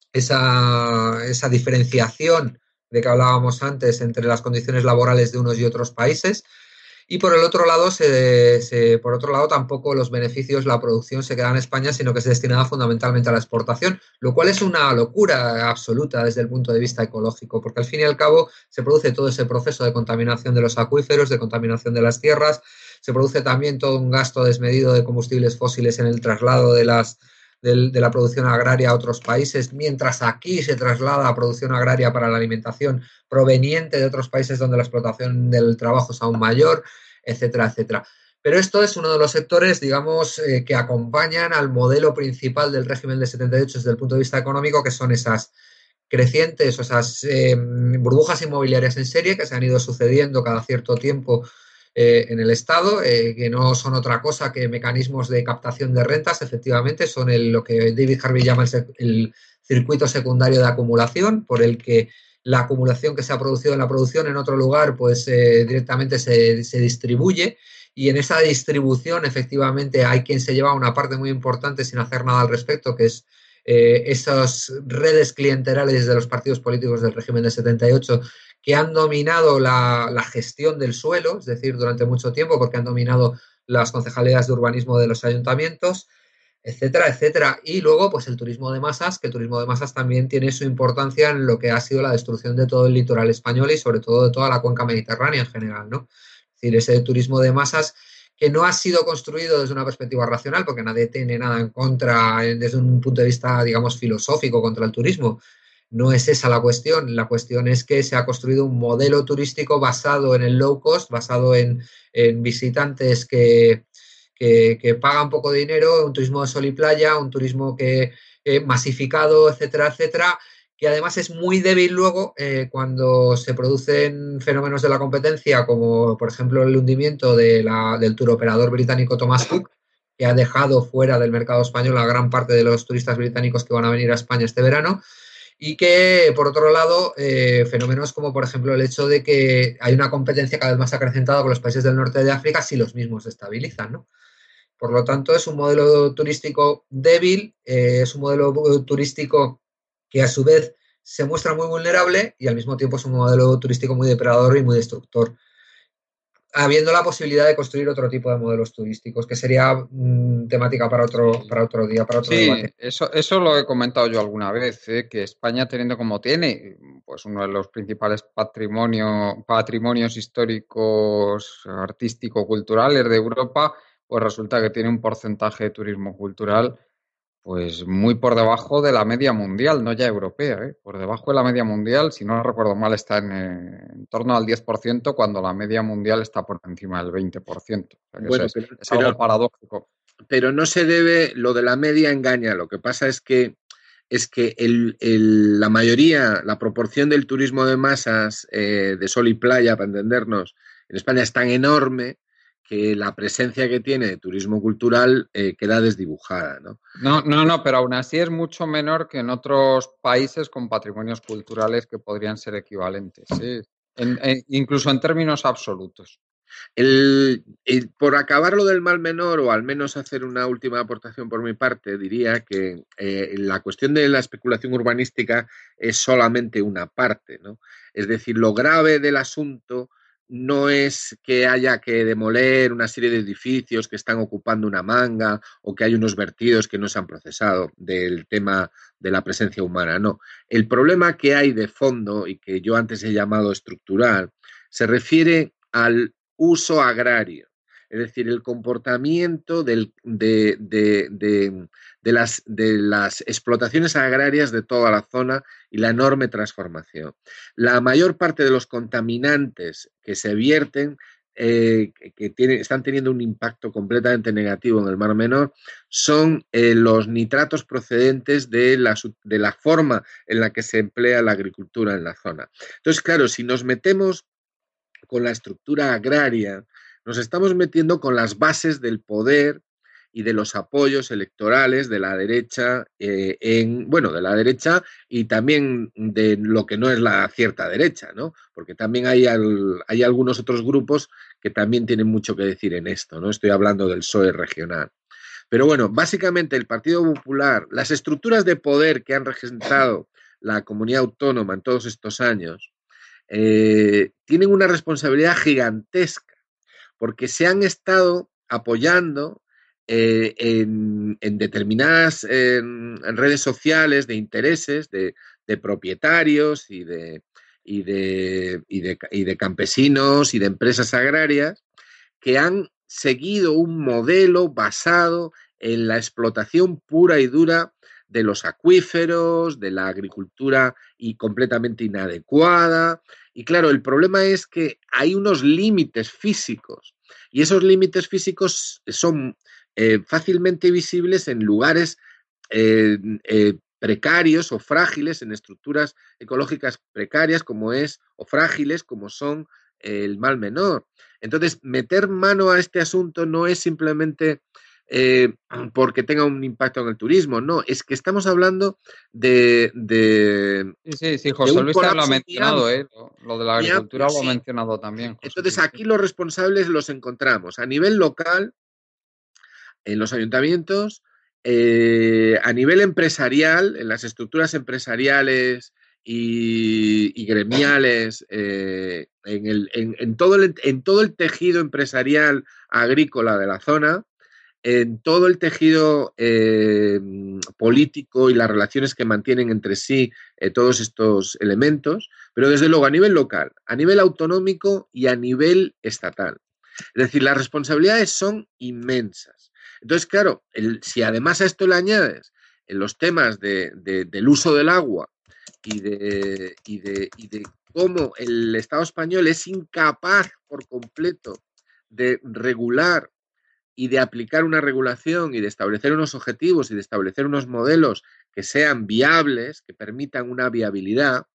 esa, esa diferenciación de que hablábamos antes entre las condiciones laborales de unos y otros países. Y por el otro lado, se, se, por otro lado, tampoco los beneficios, la producción se queda en España, sino que se destinaba fundamentalmente a la exportación, lo cual es una locura absoluta desde el punto de vista ecológico, porque al fin y al cabo se produce todo ese proceso de contaminación de los acuíferos, de contaminación de las tierras, se produce también todo un gasto desmedido de combustibles fósiles en el traslado de las de la producción agraria a otros países, mientras aquí se traslada a producción agraria para la alimentación proveniente de otros países donde la explotación del trabajo es aún mayor, etcétera, etcétera. Pero esto es uno de los sectores, digamos, eh, que acompañan al modelo principal del régimen del setenta y ocho desde el punto de vista económico, que son esas crecientes o esas eh, burbujas inmobiliarias en serie que se han ido sucediendo cada cierto tiempo Eh, en el Estado, eh, que no son otra cosa que mecanismos de captación de rentas, efectivamente, son el, lo que David Harvey llama el, el circuito secundario de acumulación, por el que la acumulación que se ha producido en la producción en otro lugar, pues eh, directamente se, se distribuye, y en esa distribución, efectivamente, hay quien se lleva una parte muy importante sin hacer nada al respecto, que es eh, esas redes clientelares de los partidos políticos del régimen del setenta y ocho que han dominado la, la gestión del suelo, es decir, durante mucho tiempo, porque han dominado las concejalías de urbanismo de los ayuntamientos, etcétera, etcétera. Y luego, pues el turismo de masas, que el turismo de masas también tiene su importancia en lo que ha sido la destrucción de todo el litoral español y sobre todo de toda la cuenca mediterránea en general, ¿no? Es decir, ese turismo de masas que no ha sido construido desde una perspectiva racional, porque nadie tiene nada en contra, desde un punto de vista, digamos, filosófico contra el turismo. No es esa la cuestión, la cuestión es que se ha construido un modelo turístico basado en el low cost, basado en, en visitantes que, que, que pagan poco dinero, un turismo de sol y playa, un turismo que eh, masificado, etcétera, etcétera, que además es muy débil luego eh, cuando se producen fenómenos de la competencia, como por ejemplo el hundimiento de la, del turoperador británico Thomas Cook, que ha dejado fuera del mercado español a gran parte de los turistas británicos que van a venir a España este verano. Y que, por otro lado, eh, fenómenos como, por ejemplo, el hecho de que hay una competencia cada vez más acrecentada con los países del norte de África si los mismos se estabilizan, ¿no? Por lo tanto, es un modelo turístico débil, eh, es un modelo turístico que, a su vez, se muestra muy vulnerable y, al mismo tiempo, es un modelo turístico muy depredador y muy destructor, habiendo la posibilidad de construir otro tipo de modelos turísticos, que sería mmm, temática para otro, para otro día, para otro sí, debate. Eso, eso lo he comentado yo alguna vez, ¿eh? Que España, teniendo como tiene, pues uno de los principales patrimonio, patrimonios históricos, artístico-culturales de Europa, pues resulta que tiene un porcentaje de turismo cultural pues muy por debajo de la media mundial, no ya europea, ¿eh? Por debajo de la media mundial, si no recuerdo mal, está en, eh, en torno al diez por ciento, cuando la media mundial está por encima del veinte por ciento. O sea que eso Bueno, es, pero, es pero, algo paradójico. pero no se debe, lo de la media engaña, lo que pasa es que es que el, el, la mayoría, la proporción del turismo de masas eh, de sol y playa, para entendernos, en España es tan enorme que la presencia que tiene de turismo cultural eh, queda desdibujada, ¿no? No, no, no, pero aún así es mucho menor que en otros países con patrimonios culturales que podrían ser equivalentes, ¿sí? En, en, incluso en términos absolutos. El, el, por acabar lo del mal menor, o al menos hacer una última aportación por mi parte, diría que eh, la cuestión de la especulación urbanística es solamente una parte, ¿no? Es decir, lo grave del asunto no es que haya que demoler una serie de edificios que están ocupando una manga o que hay unos vertidos que no se han procesado del tema de la presencia humana, no. El problema que hay de fondo y que yo antes he llamado estructural se refiere al uso agrario, es decir, el comportamiento del, de, de, de, de, las, de las explotaciones agrarias de toda la zona y la enorme transformación. La mayor parte de los contaminantes que se vierten Eh, que tiene, están teniendo un impacto completamente negativo en el Mar Menor son eh, los nitratos procedentes de la, de la forma en la que se emplea la agricultura en la zona. Entonces, claro, si nos metemos con la estructura agraria, nos estamos metiendo con las bases del poder y de los apoyos electorales de la derecha, eh, en, bueno, de la derecha y también de lo que no es la cierta derecha, ¿no? Porque también hay, al, hay algunos otros grupos que también tienen mucho que decir en esto, ¿no? Estoy hablando del P S O E regional. Pero bueno, básicamente el Partido Popular, las estructuras de poder que han regentado la comunidad autónoma en todos estos años, eh, tienen una responsabilidad gigantesca porque se han estado apoyando eh, en, en, determinadas en, en redes sociales de intereses de, de propietarios y de, y, de, y, de, y de campesinos y de empresas agrarias que han seguido un modelo basado en la explotación pura y dura de los acuíferos, de la agricultura y completamente inadecuada. Y claro, el problema es que hay unos límites físicos y esos límites físicos son eh, fácilmente visibles en lugares eh, eh, precarios o frágiles, en estructuras ecológicas precarias como es, o frágiles como son eh, el Mar Menor. Entonces, meter mano a este asunto no es simplemente eh, porque tenga un impacto en el turismo, no, es que estamos hablando de... de sí, sí, sí, José Luis lo ha mencionado, ¿eh? Lo, lo de la agricultura amplio, lo ha sí. mencionado también. José Entonces, Luis. aquí los responsables los encontramos a nivel local, en los ayuntamientos, eh, a nivel empresarial, en las estructuras empresariales y, y gremiales, eh, en, el, en, en, todo el, en todo el tejido empresarial agrícola de la zona, en todo el tejido eh, político y las relaciones que mantienen entre sí eh, todos estos elementos, pero desde luego a nivel local, a nivel autonómico y a nivel estatal. Es decir, las responsabilidades son inmensas. Entonces, claro, el, si además a esto le añades en los temas de, de, del uso del agua y de, y, de, y de cómo el Estado español es incapaz por completo de regular y de aplicar una regulación y de establecer unos objetivos y de establecer unos modelos que sean viables, que permitan una viabilidad,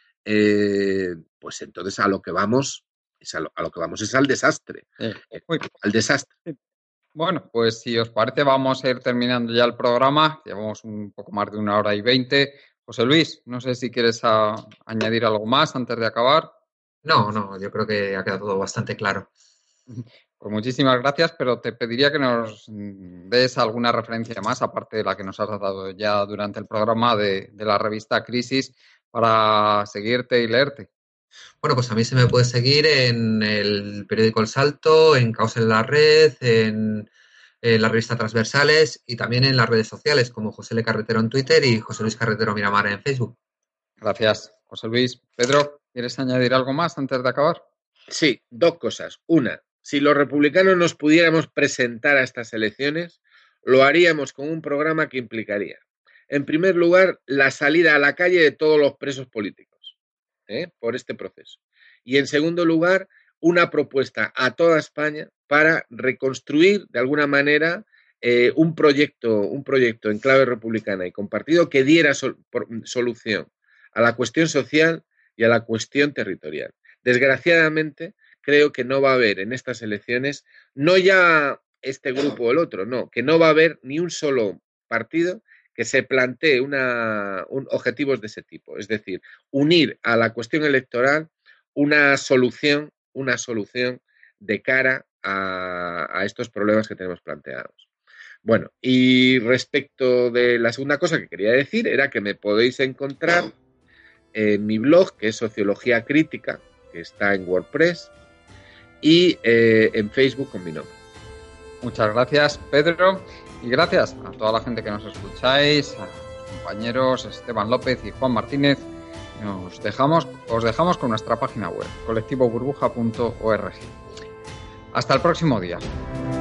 eh, pues entonces a lo que vamos es a lo, a lo que vamos es al desastre. Sí. Eh, al desastre. Bueno, pues si os parece vamos a ir terminando ya el programa. Llevamos un poco más de una hora y veinte. José Luis, no sé si quieres a, añadir algo más antes de acabar. No, no, yo creo que ha quedado todo bastante claro. Pues muchísimas gracias, pero te pediría que nos des alguna referencia más, aparte de la que nos has dado ya durante el programa de, de la revista Crisis, para seguirte y leerte. Bueno, pues a mí se me puede seguir en el periódico El Salto, en Caos en la Red, en, en la revista Transversales y también en las redes sociales como José L. Carretero en Twitter y José Luis Carretero Miramar en Facebook. Gracias, José Luis. Pedro, ¿quieres añadir algo más antes de acabar? Sí, dos cosas. Una, si los republicanos nos pudiéramos presentar a estas elecciones, lo haríamos con un programa que implicaría, en primer lugar, la salida a la calle de todos los presos políticos, ¿eh? por este proceso. Y en segundo lugar, una propuesta a toda España para reconstruir de alguna manera eh, un proyecto, un proyecto en clave republicana y compartido que diera sol, por, solución a la cuestión social y a la cuestión territorial. Desgraciadamente, creo que no va a haber en estas elecciones, no ya este grupo o el otro, no, que no va a haber ni un solo partido que se plantee una, un, objetivos de ese tipo. Es decir, unir a la cuestión electoral una solución, una solución de cara a, a estos problemas que tenemos planteados. Bueno, y respecto de la segunda cosa que quería decir era que me podéis encontrar en mi blog, que es Sociología Crítica, que está en WordPress, y eh, en Facebook con mi nombre. Muchas gracias, Pedro, y gracias a toda la gente que nos escucháis, a los compañeros Esteban López y Juan Martínez. Nos dejamos, os dejamos con nuestra página web, colectivo burbuja punto org. Hasta el próximo día.